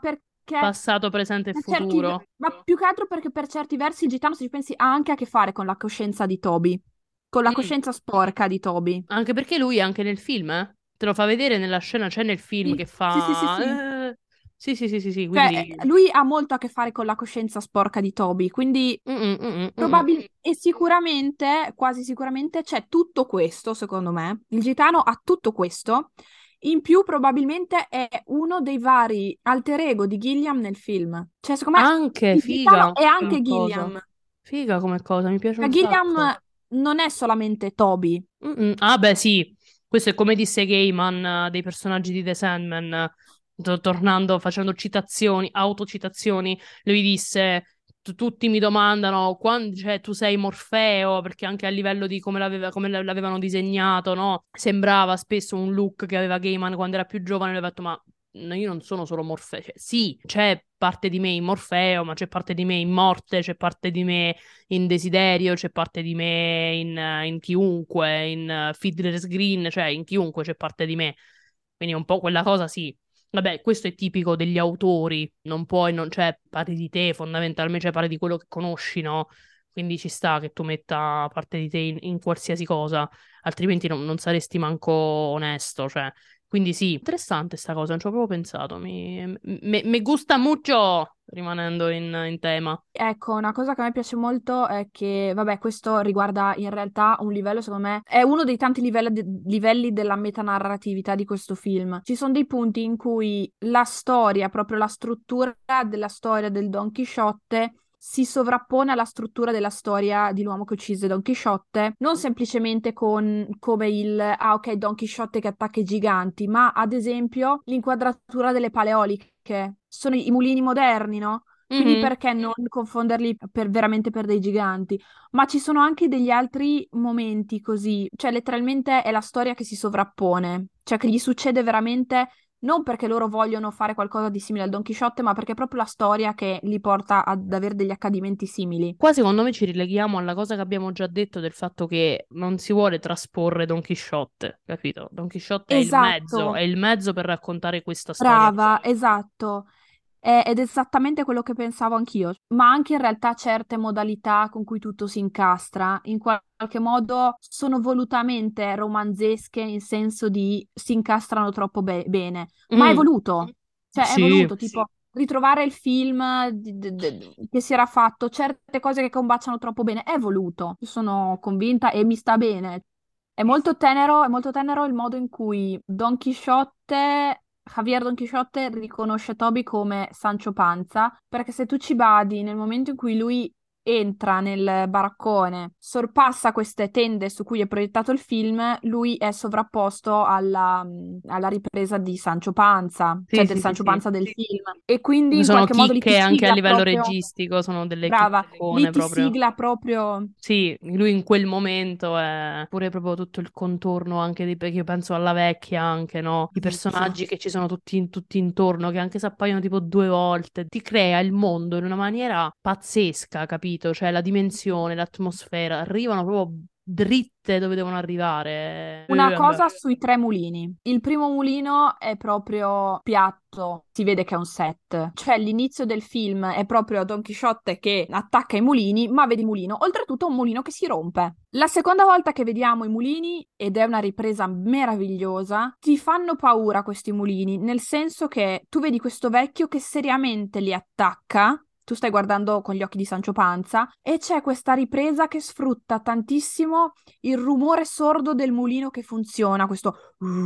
che è passato, presente e per certi, futuro. ma più che altro perché per certi versi il gitano, se ci pensi, ha anche a che fare con la coscienza di Toby, con la Mm. coscienza sporca di Toby. Anche perché lui è anche nel film, eh? Te lo fa vedere nella scena, c'è nel film che Sì, sì, sì, sì, sì. fa... eh, Sì, sì, sì, sì, sì, Cioè, eh, quindi... lui ha molto a che fare con la coscienza sporca di Toby, quindi Mm, mm, mm, mm, mm. probabilmente e sicuramente, quasi sicuramente c'è tutto questo, secondo me. Il gitano ha tutto questo. In più, probabilmente è uno dei vari alter ego di Gilliam nel film. Cioè, secondo me, Anche il gitano figa è anche come cosa. Gilliam. Figa come cosa, mi piace Cioè, un sacco. Gilliam non è solamente Toby. Mm-mm. Ah, beh, sì. Questo è come disse Gaiman, eh, dei personaggi di The Sandman, eh, to- tornando, facendo citazioni, autocitazioni. Lui disse: "Tu- Tutti mi domandano quando, cioè, tu sei Morfeo, perché anche a livello di come l'aveva- come l'avevano disegnato, no? Sembrava spesso un look che aveva Gaiman quando era più giovane. Lui ha detto: Ma no, io non sono solo Morfeo. Cioè, sì, c'è parte di me in Morfeo, ma c'è parte di me in Morte, c'è parte di me in Desiderio, c'è parte di me in, eh, in chiunque, in uh, Fiddler's Green, cioè in chiunque c'è parte di me. Quindi un po' quella cosa sì. Vabbè, questo è tipico degli autori, non puoi, non, cioè, parli di te fondamentalmente, cioè parli di quello che conosci, no? Quindi ci sta che tu metta parte di te in, in qualsiasi cosa, altrimenti non, non saresti manco onesto, cioè. Quindi sì, interessante sta cosa, non ci ho proprio pensato, mi, me, me gusta mucho, rimanendo in in tema. Ecco, una cosa che a me piace molto è che, vabbè, questo riguarda in realtà un livello, secondo me, è uno dei tanti livelli, de- livelli della metanarratività di questo film. Ci sono dei punti in cui la storia, proprio la struttura della storia del Don Chisciotte si sovrappone alla struttura della storia di l'uomo che uccise Don Chisciotte, non semplicemente con come il, ah ok, Don Chisciotte che attacca i giganti, ma ad esempio l'inquadratura delle paleoliche. Sono i mulini moderni, no? Quindi Mhm. perché non confonderli per, veramente per dei giganti? Ma ci sono anche degli altri momenti così, cioè letteralmente è la storia che si sovrappone, cioè che gli succede veramente non perché loro vogliono fare qualcosa di simile al Don Chisciotte, ma perché è proprio la storia che li porta ad avere degli accadimenti simili. Qua secondo me ci rileghiamo alla cosa che abbiamo già detto del fatto che non si vuole trasporre Don Chisciotte, capito? Don Chisciotte è il mezzo, è Esatto, il mezzo per raccontare questa storia brava, qua. esatto. È- ed è esattamente quello che pensavo anch'io, ma anche in realtà certe modalità con cui tutto si incastra, in qual- qualche modo sono volutamente romanzesche, in senso di si incastrano troppo be- bene, ma è Mm, voluto, cioè è sì, voluto, tipo ritrovare il film di- di- di- che si era fatto, certe cose che combaciano troppo bene, è voluto, io sono convinta e mi sta bene. È molto tenero, è molto tenero il modo in cui Don Chisciotte, Javier Don Chisciotte riconosce Toby come Sancho Panza, perché se tu ci badi, nel momento in cui lui entra nel baraccone, sorpassa queste tende su cui è proiettato il film, lui è sovrapposto alla, alla ripresa di Sancho Panza, cioè sì, del sì, sì, Sancho sì. Panza del film. E quindi in Sono qualche modo lì ti chicche anche a sigla livello proprio, registico, sono delle brava, lì chicchone ti proprio. sigla proprio. Sì, lui in quel momento è pure proprio tutto il contorno anche di, perché io penso alla vecchia anche, no? I Vecchia. personaggi che ci sono tutti, tutti intorno, che anche se appaiono tipo due volte, ti crea il mondo in una maniera pazzesca, capito? Cioè la dimensione, l'atmosfera, arrivano proprio dritte dove devono arrivare. Eh, Una vabbè. cosa sui tre mulini. Il primo mulino è proprio piatto, si vede che è un set. Cioè l'inizio del film è proprio Don Chisciotte che attacca i mulini, ma vedi mulino. Oltretutto un mulino che si rompe. La seconda volta che vediamo i mulini, ed è una ripresa meravigliosa, ti fanno paura questi mulini, nel senso che tu vedi questo vecchio che seriamente li attacca. Tu stai guardando con gli occhi di Sancho Panza e c'è questa ripresa che sfrutta tantissimo il rumore sordo del mulino che funziona, questo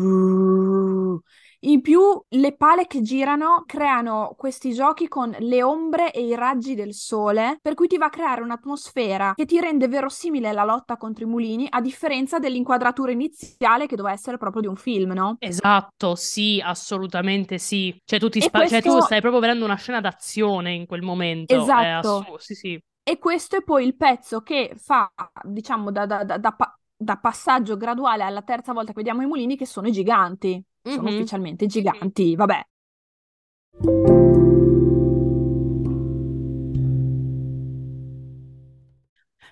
in più le pale che girano creano questi giochi con le ombre e i raggi del sole, per cui ti va a creare un'atmosfera che ti rende verosimile la lotta contro i mulini, a differenza dell'inquadratura iniziale che doveva essere proprio di un film, no? Esatto, sì, assolutamente sì. Cioè tu, ti E spa- cioè, tu questo, stai proprio vedendo una scena d'azione in quel momento. È esatto, assurdo, sì, sì. e questo è poi il pezzo che fa, diciamo, da, da- da- da pa- da passaggio graduale alla terza volta che vediamo i mulini, che sono i giganti. Sono Mhm. ufficialmente giganti, vabbè.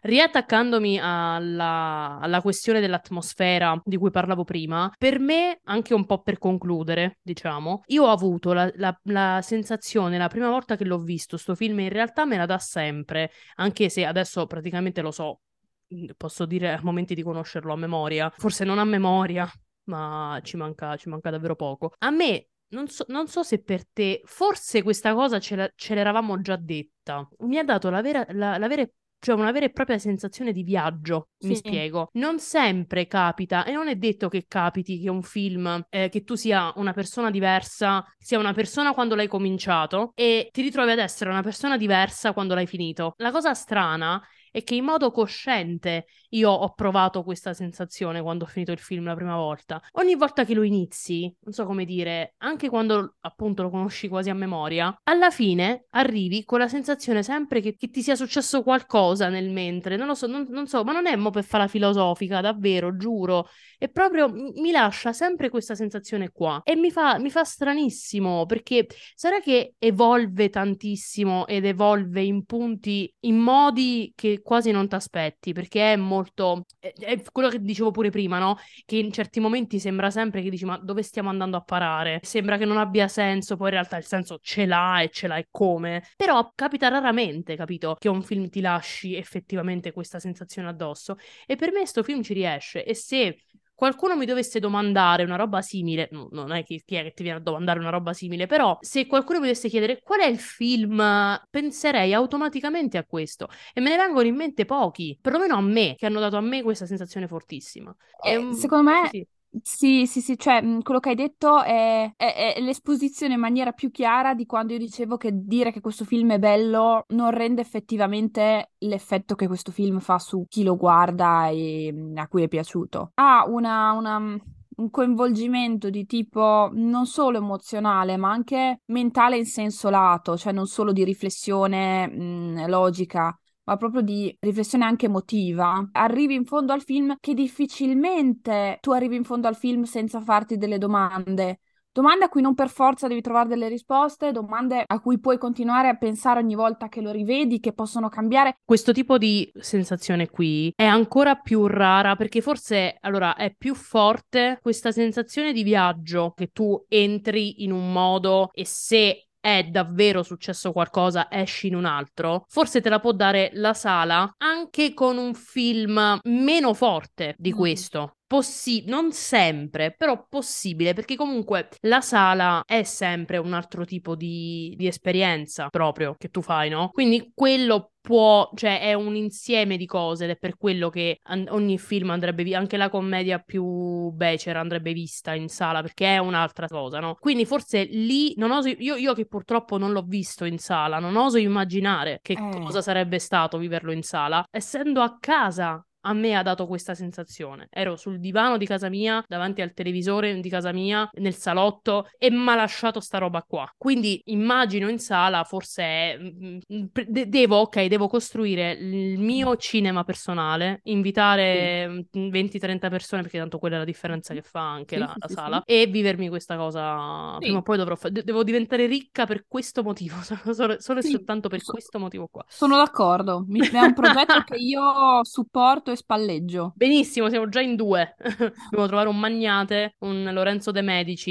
riattaccandomi alla, alla questione dell'atmosfera di cui parlavo prima, per me, anche un po' per concludere, diciamo, io ho avuto la, la- la sensazione, la prima volta che l'ho visto, sto film in realtà me la dà sempre, anche se adesso praticamente lo so, posso dire a momenti di conoscerlo a memoria, forse non a memoria, ma ci manca, ci manca davvero poco. A me, non so, non so se per te, forse questa cosa ce la- ce l'eravamo già detta. Mi ha dato la vera, la, la vera, cioè una vera e propria sensazione di viaggio. Mi Sì. spiego. Non sempre capita, e non è detto che capiti che un film, eh, che tu sia una persona diversa, sia una persona quando l'hai cominciato e ti ritrovi ad essere una persona diversa quando l'hai finito. La cosa strana è che in modo cosciente io ho provato questa sensazione quando ho finito il film la prima volta. Ogni volta che lo inizi, non so come dire, anche quando appunto lo conosci quasi a memoria, alla fine arrivi con la sensazione sempre che, che ti sia successo qualcosa nel mentre. Non lo so, non, non so, ma non è mo per fare la filosofica, davvero, giuro. È proprio, mi mi lascia sempre questa sensazione qua. E mi fa, mi fa stranissimo, perché sarà che evolve tantissimo ed evolve in punti, in modi che quasi non ti aspetti, perché è molto... È, è quello che dicevo pure prima, no? Che in certi momenti sembra sempre che dici, ma dove stiamo andando a parare? Sembra che non abbia senso, poi in realtà il senso ce l'ha e ce l'ha e come. Però capita raramente, capito? Che un film ti lasci effettivamente questa sensazione addosso. E per me sto film ci riesce. E se qualcuno mi dovesse domandare una roba simile, no, non è che chi è che ti viene a domandare una roba simile, però se qualcuno mi dovesse chiedere qual è il film, penserei automaticamente a questo. E me ne vengono in mente pochi, perlomeno a me, che hanno dato a me questa sensazione fortissima. È Eh, un... secondo Sì, me, sì. sì, sì, sì, cioè, mh, quello che hai detto è, è- è l'esposizione in maniera più chiara di quando io dicevo che dire che questo film è bello non rende effettivamente l'effetto che questo film fa su chi lo guarda e mh, a cui è piaciuto. Ha una, una, mh, un coinvolgimento di tipo non solo emozionale, ma anche mentale in senso lato, cioè non solo di riflessione, mh, logica ma proprio di riflessione anche emotiva, arrivi in fondo al film che difficilmente tu arrivi in fondo al film senza farti delle domande. Domande a cui non per forza devi trovare delle risposte, domande a cui puoi continuare a pensare ogni volta che lo rivedi, che possono cambiare. Questo tipo di sensazione qui è ancora più rara perché forse, allora, è più forte questa sensazione di viaggio che tu entri in un modo e se è davvero successo qualcosa, esci in un altro. Forse te la può dare la sala anche con un film meno forte di Mm. questo. Possi- non sempre, però possibile, perché comunque la sala è sempre un altro tipo di, di esperienza proprio che tu fai, no? Quindi quello può, cioè è un insieme di cose ed è per quello che an- ogni film andrebbe, vi- anche la commedia più becera andrebbe vista in sala, perché è un'altra cosa, no? Quindi forse lì, non oso, io, io che purtroppo non l'ho visto in sala, non oso immaginare che Eh, cosa sarebbe stato viverlo in sala, essendo a casa. A me ha dato questa sensazione. Ero sul divano di casa mia, davanti al televisore di casa mia, nel salotto, e mi ha lasciato sta roba qua. Quindi immagino in sala, forse è... mm, mm, pre- de- devo, ok, devo costruire il mio cinema personale, sì. invitare mm, venti trenta persone, perché tanto quella è la differenza Mhm. che fa anche Sì, la, sì, la sì, sala, sì. e vivermi questa cosa. Prima o Sì, poi dovrò fare. Devo diventare ricca per questo motivo, solo, solo- solo e sì, soltanto per so- questo motivo qua. sono d'accordo. Mi- È un progetto che io supporto e spalleggio. Benissimo, siamo già in due. Dobbiamo trovare un magnate, un Lorenzo De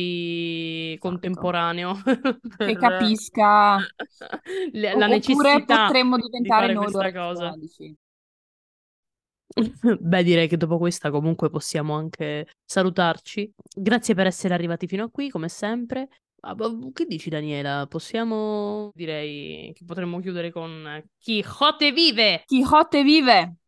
Medici Esatto. contemporaneo Che per capisca. la la O- oppure necessità potremmo di diventare fare noi questa Lorenzo cosa. Medici. Beh, direi che dopo questa comunque possiamo anche salutarci. Grazie per essere arrivati fino a qui, come sempre. Ah, boh, che dici, Daniela? Possiamo... Direi che potremmo chiudere con Quixote vive! Quixote vive!